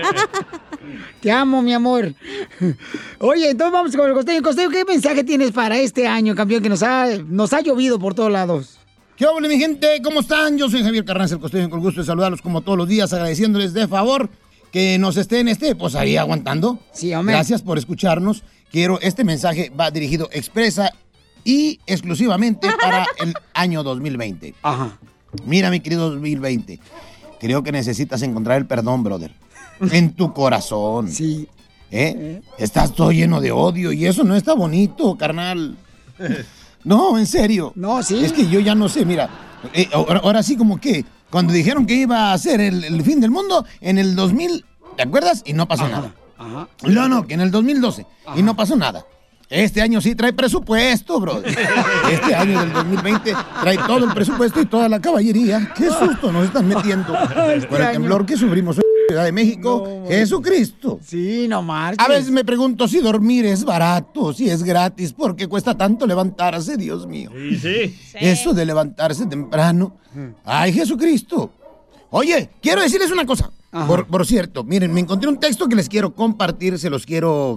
Te amo, mi amor. Oye, entonces vamos con el Costeño. Costeño, ¿qué mensaje tienes para este año, campeón, que nos ha llovido por todos lados? ¿Qué hola, mi gente? ¿Cómo están? Yo soy Javier Carranza, el Costeño, con gusto de saludarlos como todos los días, agradeciéndoles de favor que nos estén, pues ahí aguantando. Sí, hombre. Gracias por escucharnos. Este mensaje va dirigido expresa y exclusivamente para el año 2020. Ajá. Mira, mi querido 2020, creo que necesitas encontrar el perdón, brother, en tu corazón. Sí. Estás todo lleno de odio y eso no está bonito, carnal. No, en serio. No, sí. Es que yo ya no sé, mira, ahora sí como que cuando dijeron que iba a ser el fin del mundo, en el 2000, ¿te acuerdas? Y no pasó nada. Ajá. No, que en el 2012 y no pasó nada. Este año sí trae presupuesto, bro. Este año del 2020 trae todo el presupuesto y toda la caballería. ¡Qué susto nos están metiendo! Por el temblor que sufrimos en Ciudad de México, Jesucristo. Sí, no marches. A veces me pregunto si dormir es barato, si es gratis, porque cuesta tanto levantarse, Dios mío. Sí. Eso de levantarse temprano. ¡Ay, Jesucristo! Oye, quiero decirles una cosa. Por cierto, miren, me encontré un texto que les quiero compartir, se los quiero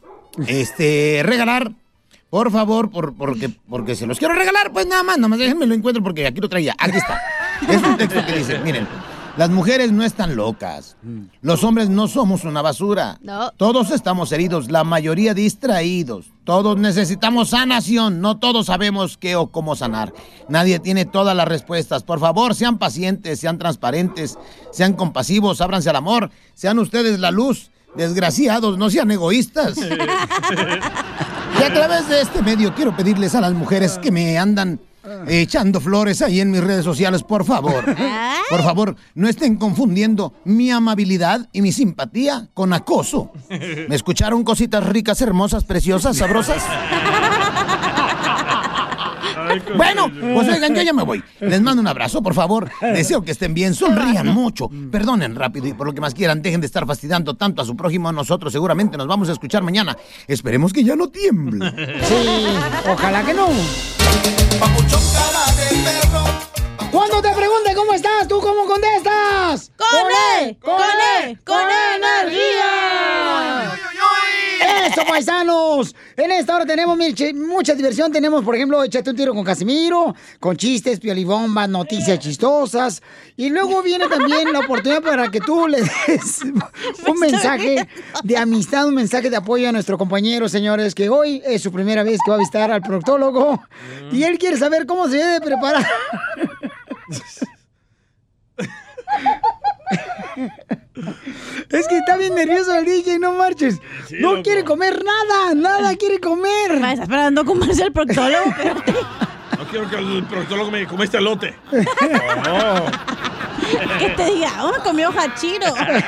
regalar. Por favor, porque se los quiero regalar, pues nada más déjenme lo encuentro porque aquí lo traía. Aquí está. Es un texto que dice, miren, las mujeres no están locas. Los hombres no somos una basura. No. Todos estamos heridos, la mayoría distraídos. Todos necesitamos sanación. No todos sabemos qué o cómo sanar. Nadie tiene todas las respuestas. Por favor, sean pacientes, sean transparentes, sean compasivos, ábranse al amor, sean ustedes la luz. Desgraciados, no sean egoístas. Y a través de este medio quiero pedirles a las mujeres que me andan echando flores ahí en mis redes sociales, por favor. Por favor, no estén confundiendo mi amabilidad y mi simpatía con acoso. ¿Me escucharon, cositas ricas, hermosas, preciosas, sabrosas? Bueno, pues oigan, yo ya me voy. Les mando un abrazo, por favor. Deseo que estén bien, sonrían mucho, perdonen rápido y por lo que más quieran, dejen de estar fastidiando tanto a su prójimo. Nosotros seguramente nos vamos a escuchar mañana. Esperemos que ya no tiemble. Sí, ojalá que no. Cuando te pregunten cómo estás, ¿tú cómo contestas? ¡Con energía! ¡Eso, paisanos! En esta hora tenemos mucha diversión. Tenemos, por ejemplo, Échate un tiro con Casimiro, con chistes, piolibombas, noticias chistosas. Y luego viene también la oportunidad para que tú le des un mensaje de amistad, un mensaje de apoyo a nuestro compañero, señores, que hoy es su primera vez que va a visitar al proctólogo. Y él quiere saber cómo se debe preparar. Es que está bien nervioso el DJ, no marches. Sí, no loco. Quiere comer nada quiere comer. ¿Está esperando comerse el proctólogo? No quiero que el proctólogo me coma este elote. No. Que te diga, uno comió hachiro.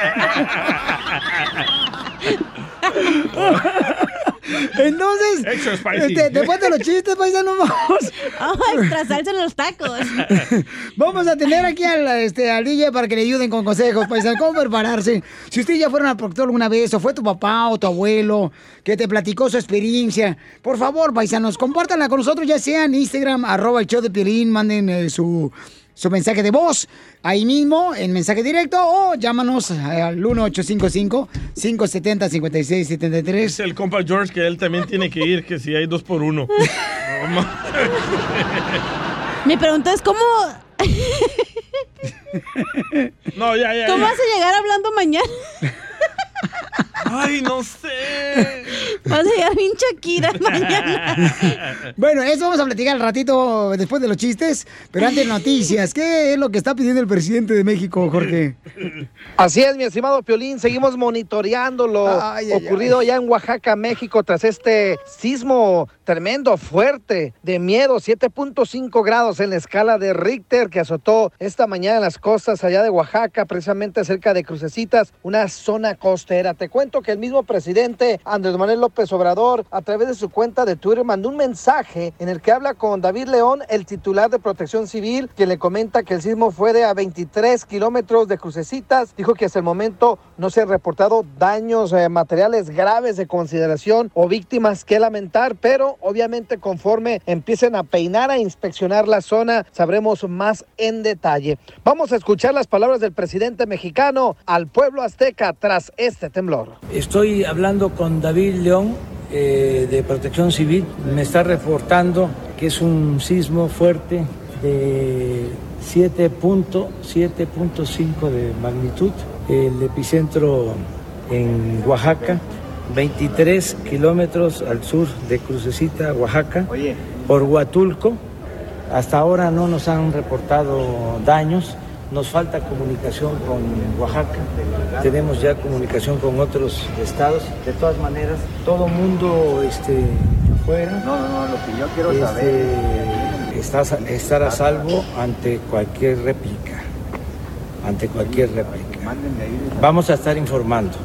Entonces, después de los chistes, paisanos, vamos. Extra salsa en los tacos. Vamos a tener aquí al DJ para que le ayuden con consejos, paisanos, cómo prepararse. Si usted ya fueron al proctólogo una vez, o fue tu papá o tu abuelo que te platicó su experiencia, por favor, paisanos, compártanla con nosotros, ya sea en Instagram, @el-show-de-Piolín, manden su mensaje de voz ahí mismo, en mensaje directo, o llámanos al 1-855-570-5673. Es el compa George que él también tiene que ir, que si hay 2 por 1. Mi pregunta es, ¿cómo? No, ya. ¿Cómo vas a llegar hablando mañana? Ay, no sé. Vas a llegar bien Shakira mañana. Bueno, eso vamos a platicar al ratito después de los chistes, pero antes noticias. ¿Qué es lo que está pidiendo el presidente de México, Jorge? Así es, mi estimado Piolín, seguimos monitoreando lo ocurrido allá en Oaxaca, México, tras este sismo tremendo, fuerte, de miedo, 7.5 grados en la escala de Richter, que azotó esta mañana en las costas allá de Oaxaca, precisamente cerca de Crucecitas, una zona costera. Te cuento que el mismo presidente Andrés Manuel López Obrador, a través de su cuenta de Twitter, mandó un mensaje en el que habla con David León, el titular de Protección Civil, quien le comenta que el sismo fue de a 23 kilómetros de Crucecitas. Dijo que hasta el momento no se han reportado daños materiales graves de consideración o víctimas que lamentar, pero obviamente conforme empiecen a peinar, a inspeccionar la zona, sabremos más en detalle. Vamos a escuchar las palabras del presidente mexicano al pueblo azteca tras este temblor. Estoy hablando con David León de Protección Civil. Me está reportando que es un sismo fuerte de 7.5 de magnitud. El epicentro en Oaxaca, 23 kilómetros al sur de Crucecita, Oaxaca, por Huatulco. Hasta ahora no nos han reportado daños. Nos falta comunicación con Oaxaca, tenemos ya comunicación con otros estados. De todas maneras, todo mundo fuera. No, lo que yo quiero saber estar a salvo ante cualquier réplica. Vamos a estar informando,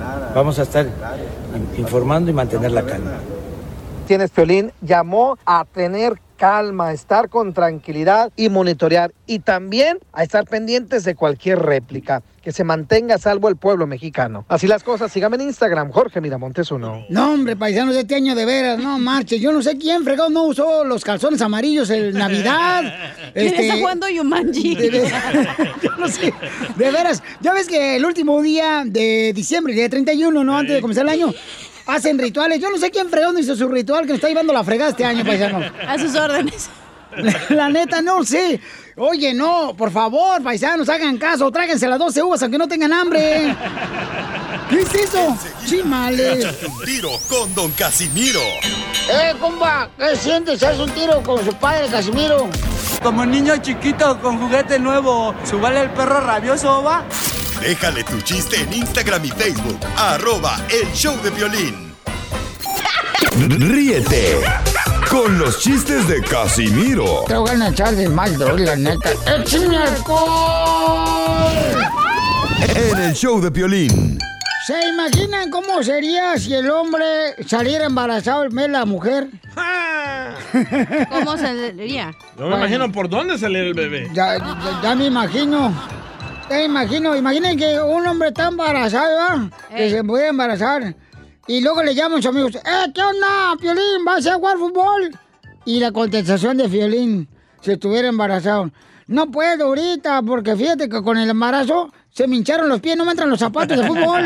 y mantener la calma. Tienes, Piolín, llamó a tener calma, estar con tranquilidad y monitorear, y también a estar pendientes de cualquier réplica, que se mantenga a salvo el pueblo mexicano. Así las cosas, síganme en Instagram, Jorge Miramontes 1. No, hombre, paisanos, de este año de veras, no marches. Yo no sé quién fregado no usó los calzones amarillos en Navidad. ¿Quién está jugando Yumanji? Yo no sé, de veras. Ya ves que el último día de diciembre, el día 31, ¿no? Antes de comenzar el año, hacen rituales. Yo no sé quién fregado hizo su ritual que nos está llevando la fregada este año, paisano. A sus órdenes. La neta, no sé. Oye, no, por favor, paisanos, hagan caso. Tráiganse las 12 uvas aunque no tengan hambre. ¿Qué es eso? Chimales. Échate un tiro con Don Casimiro. Compa, ¿qué sientes? ¿Haz un tiro con su padre, Casimiro? Como niño chiquito con juguete nuevo, ¿subale el perro rabioso, va? Déjale tu chiste en Instagram y Facebook, @el-show-de-Piolín. Ríete con los chistes de Casimiro. Te voy a echar de mal, la neta. ¡Échame alcohol! En el show de Piolín. ¿Se imaginan cómo sería si el hombre saliera embarazado en vez de la mujer? ¿Cómo saldría? Yo me imagino por dónde saliera el bebé. Ya me imagino. Imaginen que un hombre está embarazado, ¿verdad? Que se puede embarazar. Y luego le llaman a sus amigos. ¿Qué onda, Piolín? ¿Vas a jugar fútbol? Y la contestación de Piolín, si estuviera embarazado. No puedo ahorita, porque fíjate que con el embarazo se me hincharon los pies, no me entran los zapatos de fútbol.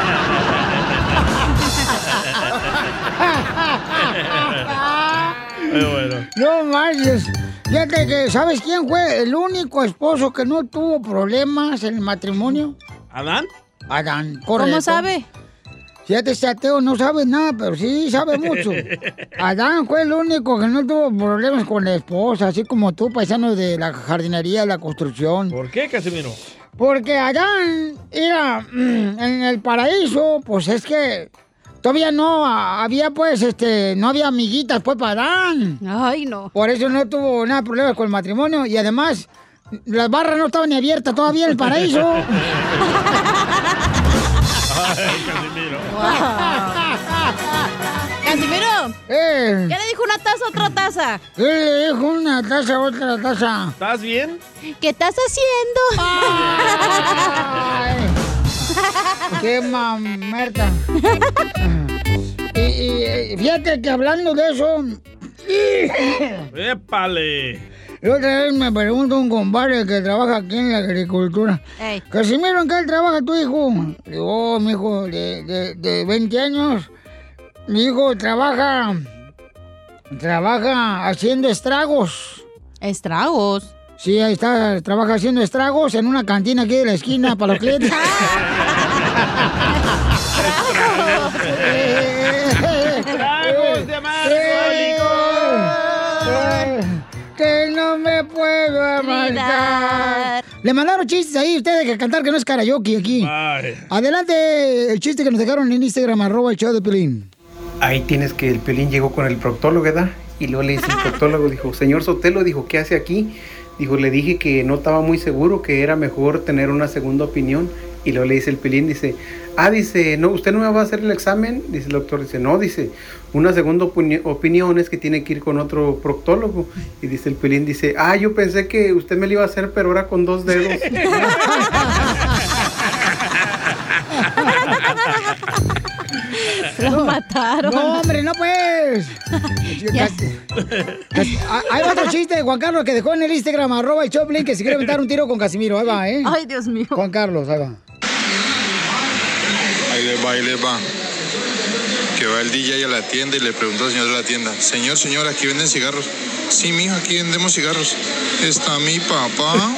Bueno. No manches. Fíjate que, ¿sabes quién fue el único esposo que no tuvo problemas en el matrimonio? ¿Adán? Adán, correcto. ¿Cómo sabe? Fíjate, este ateo no sabe nada, pero sí sabe mucho. Adán fue el único que no tuvo problemas con la esposa, así como tú, paisano de la jardinería, la construcción. ¿Por qué, Casimiro? Porque Adán era en el paraíso, pues es que todavía no había, pues, no había amiguitas, pues, para Adán. Ay, no. Por eso no tuvo nada de problemas con el matrimonio y además las barras no estaban ni abiertas todavía en el paraíso. Ay, Casimiro. Casimiro. ¿Qué le dijo una taza a otra taza? ¿Qué le dijo una taza a otra taza? ¿Estás bien? ¿Qué estás haciendo? Ay, ¡qué mamerta! Y fíjate que hablando de eso... ¡Épale! La otra vez me preguntó un compadre que trabaja aquí en la agricultura. Ey. Casimiro, ¿en qué él tu hijo? Le digo, mi hijo de 20 años. Mi hijo trabaja haciendo estragos. ¿Estragos? Sí, ahí está, trabaja haciendo estragos en una cantina aquí de la esquina para los clientes. ¡Estragos de amargo! Que no me puedo amargar. Le mandaron chistes ahí ustedes que cantar que no es karaoke aquí. Ay. Adelante el chiste que nos dejaron en Instagram, @el show de Piolín. Ahí tienes que el Piolín llegó con el proctólogo, ¿verdad? Y luego le dice el proctólogo, dijo, señor Sotelo, dijo, ¿qué hace aquí? Dijo, le dije que no estaba muy seguro, que era mejor tener una segunda opinión. Y luego le dice el Piolín, dice, dice, no, ¿usted no me va a hacer el examen? Dice el doctor, dice, no, dice, una segunda opinión es que tiene que ir con otro proctólogo. Y dice el Piolín, dice, yo pensé que usted me lo iba a hacer, pero ahora con 2 dedos. Lo mataron. No, hombre, no pues. Hay otro chiste de Juan Carlos que dejó en el Instagram, @el Choplin, que si quiere aventar un tiro con Casimiro. Ahí va, ¿eh? Ay, Dios mío. Juan Carlos, ahí va. Ahí les va. Que va el DJ a la tienda y le pregunta al señor de la tienda, señor, ¿aquí venden cigarros? Sí, mijo, aquí vendemos cigarros. ¿Está mi papá?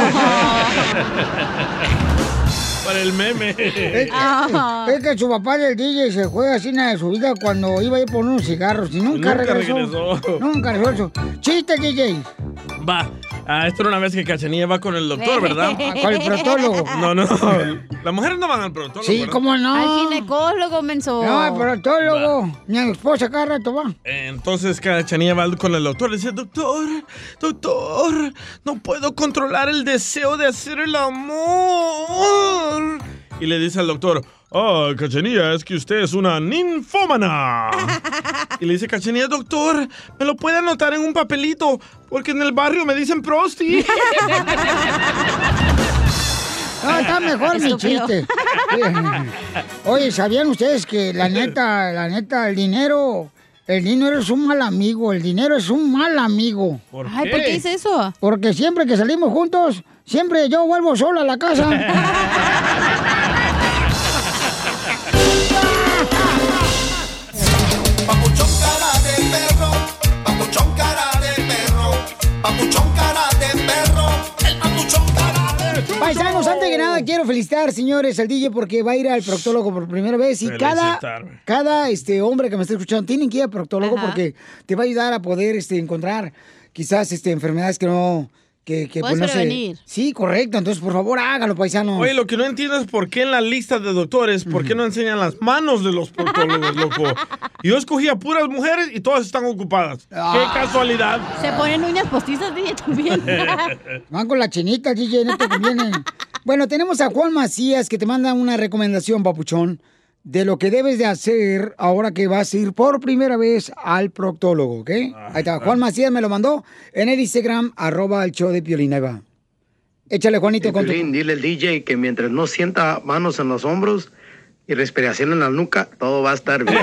Para el meme. Es que su papá del DJ se fue así de su vida cuando iba a ir por unos cigarros y nunca regresó. Nunca regresó. Chiste, DJ. Va. Esto era una vez que Cachanilla va con el doctor, ¿verdad? Con el proctólogo. No. Las mujeres no van al proctólogo, Sí, ¿verdad? ¿cómo no? Al ginecólogo, menso. No, al proctólogo. Mi esposa cada rato va. Entonces Cachanilla va con el doctor y dice, doctor, no puedo controlar el deseo de hacer el amor. Y le dice al doctor, Cachanilla, es que usted es una ninfómana. Y le dice Cachanilla, doctor, ¿me lo puede anotar en un papelito? Porque en el barrio me dicen prosti. No, está mejor mi chiste. Oye, ¿sabían ustedes que la neta, el dinero es un mal amigo? El dinero es un mal amigo. ¿Por qué? Ay, ¿por qué dice eso? Porque siempre que salimos juntos, siempre yo vuelvo sola a la casa. Papuchón cara de perro, papuchón cara de perro, papuchón cara de perro, el papuchón cara de perro. Paisanos, antes que nada quiero felicitar, señores, al DJ porque va a ir al proctólogo por primera vez y cada hombre que me está escuchando tiene que ir al proctólogo porque te va a ayudar a poder encontrar quizás enfermedades que no que Puedes pues, no prevenir. Sí, correcto. Entonces, por favor, hágalo, paisanos. Oye, lo que no entiendo es por qué en la lista de doctores, por qué no enseñan las manos de los proctólogos, loco. Yo escogía puras mujeres y todas están ocupadas. ¡Qué casualidad! Se ponen uñas postizas, DJ, también. Van con la chinita, DJ, no te conviene. Bueno, tenemos a Juan Macías que te manda una recomendación, papuchón, de lo que debes de hacer ahora que vas a ir por primera vez al proctólogo, ¿ok? Ahí está, Juan Macías me lo mandó en el Instagram, @el show de Piolín, ahí va. Échale, Juanito, con tu... Piolín, dile al DJ que mientras no sienta manos en los hombros y respiración en la nuca, todo va a estar bien.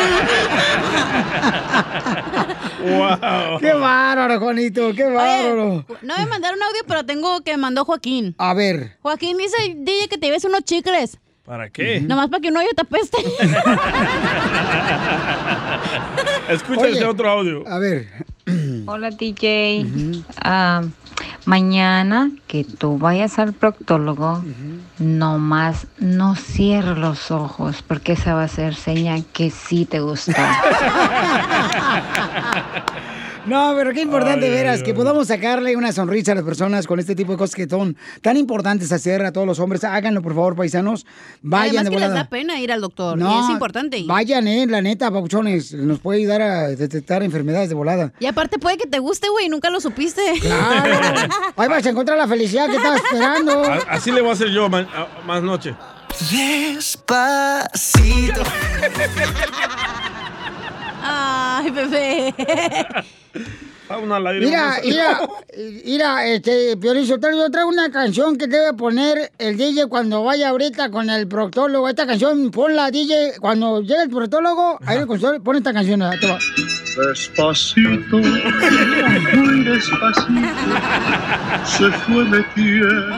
Wow. ¡Qué bárbaro, Juanito! ¡Qué bárbaro! Oye, no me mandaron audio, pero tengo que mandó Joaquín. A ver. Joaquín dice, DJ, que te lleves unos chicles. ¿Para qué? Nomás para que un hoyo te apeste. Escucha ese otro audio. A ver. Hola, DJ. Mañana que tú vayas al proctólogo, nomás no cierres los ojos, porque esa va a ser señal que sí te gusta. No, pero qué importante, veras, que podamos sacarle una sonrisa a las personas con este tipo de cosas que son tan importantes hacer a todos los hombres. Háganlo, por favor, paisanos. Vayan Además de que volada. les da pena ir al doctor. No, Y es importante. Vayan, la neta, papuchones. Nos puede ayudar a detectar enfermedades de volada. Y aparte puede que te guste, güey, nunca lo supiste. Claro. Ahí vas a encontrar la felicidad que estabas esperando. Así le voy a hacer yo más noche. Despacito. Ay, bebé. Mira, Piolín Sotelo, yo traigo una canción que debe poner el DJ cuando vaya ahorita con el proctólogo. Esta canción, ponla, DJ, cuando llegue el proctólogo, ahí el consultorio, pon esta canción. Te va. Despacito, muy despacito, se fue metiendo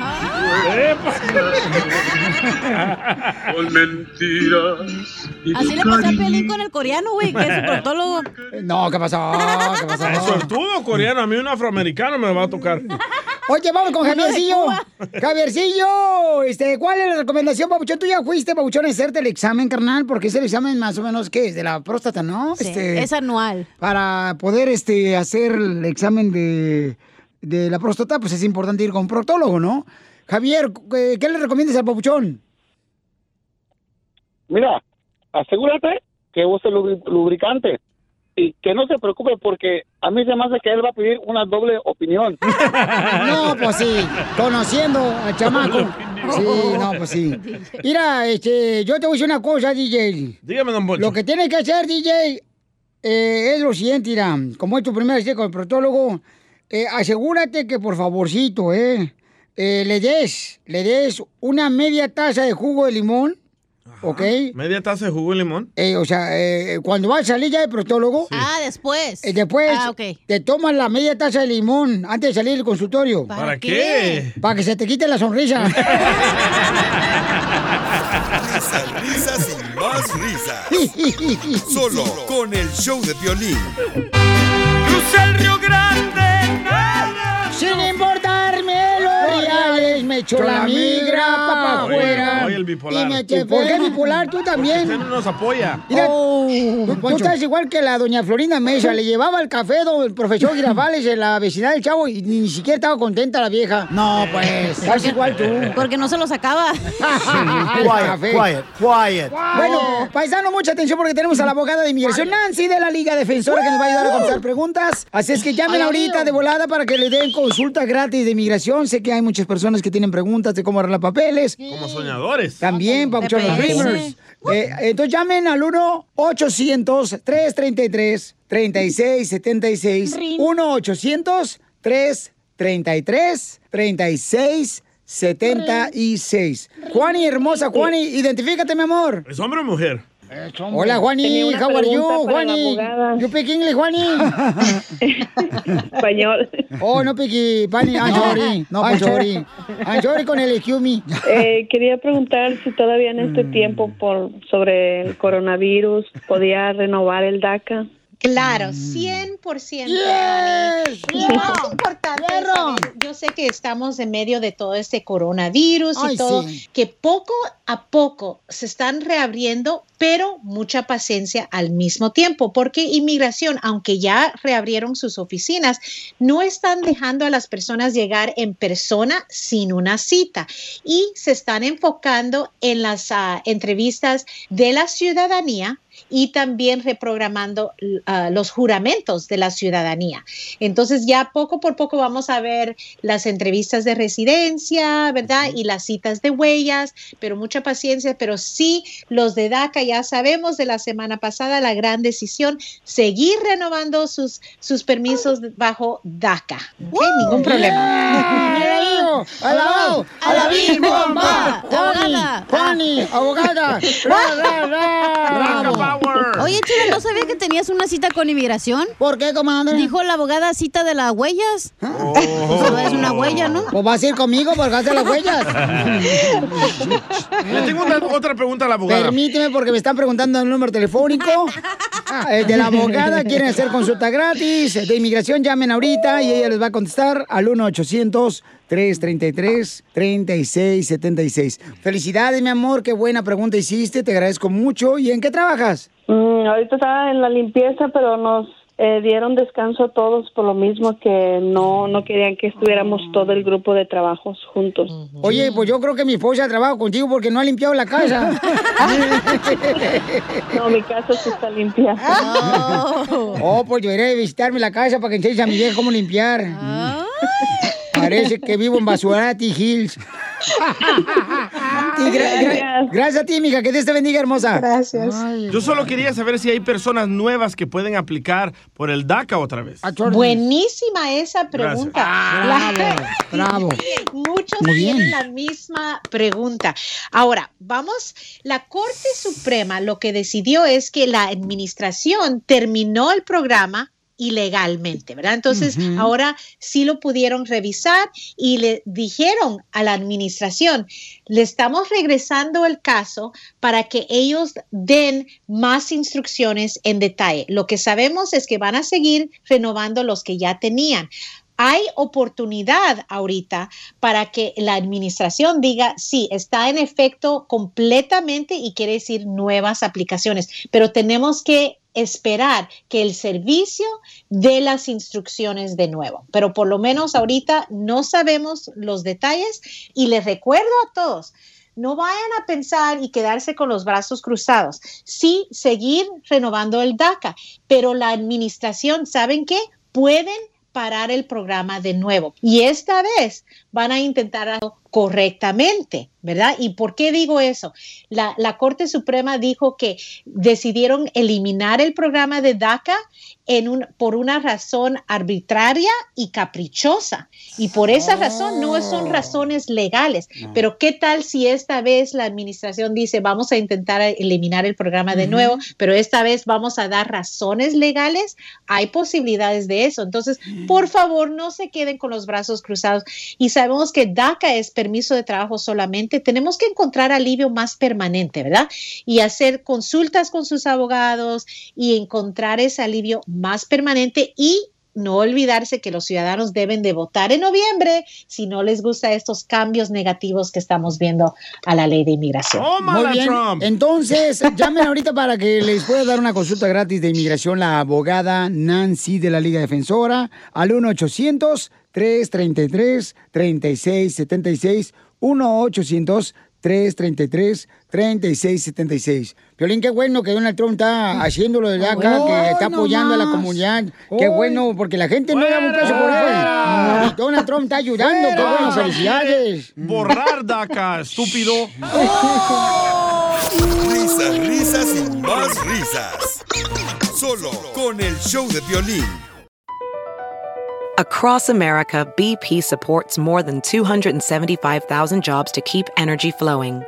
con mentiras. Así le pasó a Piolín con el coreano, güey, que es su proctólogo. No, ¿qué pasó? ¿Qué pasó? Suertudo coreano, a mí un afroamericano me va a tocar. Oye, vamos con Javiercillo. Javiercillo, ¿cuál es la recomendación, papuchón? Tú ya fuiste, papuchón, a hacerte el examen, carnal, porque es el examen más o menos, ¿qué es? De la próstata, ¿no? Sí, es anual. Para poder hacer el examen de la próstata, pues es importante ir con un proctólogo, ¿no? Javier, ¿qué le recomiendas al papuchón? Mira, asegúrate que use lubricante y que no se preocupe porque a mí se me hace que él va a pedir una doble opinión. No, pues sí, conociendo al chamaco. Sí, no, pues sí. Mira, yo te voy a decir una cosa, DJ. Dígame, don Poncho. Lo que tienes que hacer, DJ, es lo siguiente, mira. Como es tu primera cita con el proctólogo, asegúrate que, por favorcito, le des una media taza de jugo de limón. ¿Ok? ¿Media taza de jugo de limón? Cuando vas a salir ya del proctólogo. Sí. Después. Después te tomas la media taza de limón antes de salir del consultorio. ¿Para qué? Para que se te quite la sonrisa. Risas y más risas. Solo con el show de Piolín. Crucé el Río Grande, nada. Sin importarme los reales, me echó la migra para afuera. Oye, el bipolar. ¿Por qué bipolar? Tú también. Usted no nos apoya. Mira, tú estás igual que la doña Florinda Mesa. Le llevaba el café el profesor Girafales en la vecindad del Chavo y ni siquiera estaba contenta la vieja. No, pues, estás igual tú. Porque no se lo sacaba. Quiet. Bueno, paisano, mucha atención porque tenemos a la abogada de inmigración Nancy de la Liga Defensora que nos va a ayudar a contestar preguntas. Así es que llamen ahorita de volada para que le den consulta gratis de inmigración. Sé que hay muchas personas que tienen preguntas de cómo arreglar papeles. Como soñadores. También, papuchón, los dreamers. Entonces llamen al 1-800-333-3676. 1-800-333-3676. Juani, hermosa Juani, identifícate, mi amor. ¿Es hombre o mujer? Hola, Juani, how are you, Juani? You speak English, Juani? Español. Oh, no speak Spanish, I'm sorry. No, I'm sorry. I'm sorry con el excuse me. Quería preguntar si todavía en este tiempo sobre el coronavirus podía renovar el DACA. Claro, 100%. Yes. Y lo más importante es saber, yo sé que estamos en medio de todo este coronavirus y todo, que poco a poco se están reabriendo, pero mucha paciencia al mismo tiempo, porque inmigración, aunque ya reabrieron sus oficinas, no están dejando a las personas llegar en persona sin una cita y se están enfocando en las entrevistas de la ciudadanía y también reprogramando los juramentos de la ciudadanía. Entonces ya poco por poco vamos a ver las entrevistas de residencia, ¿verdad? Y las citas de huellas, pero mucha paciencia, pero sí los de DACA ya sabemos de la semana pasada la gran decisión, seguir renovando sus permisos bajo DACA. ¿Okay? Ningún problema. ¡Alabado! ¡A la Big Bomba! ¡Juani! ¡Abogada! ¡Bravo! Oye, Chela, ¿no sabía que tenías una cita con inmigración? ¿Por qué, comadre? Dijo la abogada cita de las huellas. Pues es una huella, ¿no? Pues vas a ir conmigo porque hace las huellas. Le tengo otra pregunta a la abogada. Permíteme porque me están preguntando el número telefónico. De la abogada, quieren hacer consulta gratis. De inmigración, llamen ahorita y ella les va a contestar al 1-800-333-3676. Felicidades, mi amor, qué buena pregunta hiciste, te agradezco mucho. ¿Y en qué trabajas? Ahorita estaba en la limpieza, pero nos dieron descanso a todos por lo mismo que no querían que estuviéramos todo el grupo de trabajos juntos. Oye, pues yo creo que mi esposa trabaja contigo porque no ha limpiado la casa. No, mi casa sí está limpia. Oh, pues yo iré a visitarme la casa para que enseñes a mi vieja cómo limpiar. Parece que vivo en Basurati Hills. Gracias a ti, mija. Que Dios te bendiga, hermosa. Gracias. Yo solo quería saber si hay personas nuevas que pueden aplicar por el DACA otra vez. Buenísima esa pregunta. Bravo. Muchos tienen la misma pregunta. Ahora, la Corte Suprema lo que decidió es que la administración terminó el programa ilegalmente, ¿verdad? Entonces, ahora sí lo pudieron revisar y le dijeron a la administración, le estamos regresando el caso para que ellos den más instrucciones en detalle. Lo que sabemos es que van a seguir renovando los que ya tenían. Hay oportunidad ahorita para que la administración diga, sí, está en efecto completamente y quiere decir nuevas aplicaciones, pero tenemos que esperar que el servicio dé las instrucciones de nuevo. Pero por lo menos ahorita no sabemos los detalles y les recuerdo a todos, no vayan a pensar y quedarse con los brazos cruzados. Sí, seguir renovando el DACA, pero la administración, ¿saben qué? Pueden parar el programa de nuevo. Y esta vez van a intentar hacerlo correctamente, ¿verdad? ¿Y por qué digo eso? La Corte Suprema dijo que decidieron eliminar el programa de DACA por una razón arbitraria y caprichosa. Y por esa razón no son razones legales. Pero ¿qué tal si esta vez la administración dice vamos a intentar eliminar el programa de nuevo, pero esta vez vamos a dar razones legales? Hay posibilidades de eso. Entonces, por favor, no se queden con los brazos cruzados. Y sabemos que DACA es permiso de trabajo solamente. Tenemos que encontrar alivio más permanente, ¿verdad? Y hacer consultas con sus abogados y encontrar ese alivio más permanente y no olvidarse que los ciudadanos deben de votar en noviembre si no les gusta estos cambios negativos que estamos viendo a la ley de inmigración. Muy bien. Entonces, llamen ahorita para que les pueda dar una consulta gratis de inmigración la abogada Nancy de la Liga Defensora al 1-800-333-3676, 1-800-333-3676. Piolín, qué bueno que Donald Trump está haciéndolo de DACA, que está apoyando a la comunidad. Qué bueno, porque la gente no da un peso por él. Y Donald Trump está ayudando. Qué bueno, felicidades. Borrar DACA, estúpido. Risas, risas y más risas. Solo con el show de Piolín. Across America, BP supports more than 275,000 jobs to keep energy flowing.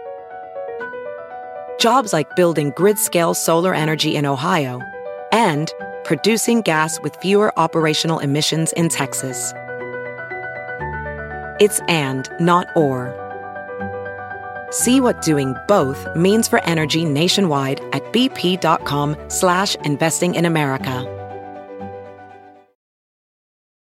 Jobs like building grid-scale solar energy in Ohio and producing gas with fewer operational emissions in Texas. It's and, not or. See what doing both means for energy nationwide at bp.com/investing in America.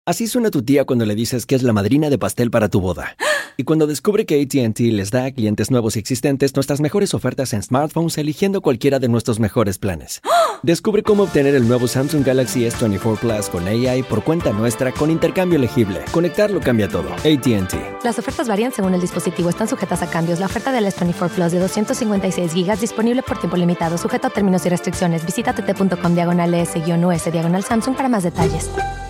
Así suena tu tía cuando le dices que es la madrina de pastel para tu boda. Y cuando descubre que AT&T les da a clientes nuevos y existentes nuestras mejores ofertas en smartphones eligiendo cualquiera de nuestros mejores planes. Descubre cómo obtener el nuevo Samsung Galaxy S24 Plus con AI por cuenta nuestra con intercambio elegible. Conectarlo cambia todo. AT&T. Las ofertas varían según el dispositivo. Están sujetas a cambios. La oferta del S24 Plus de 256 GB disponible por tiempo limitado. Sujeto a términos y restricciones. Visita tt.com/S-US/Samsung para más detalles.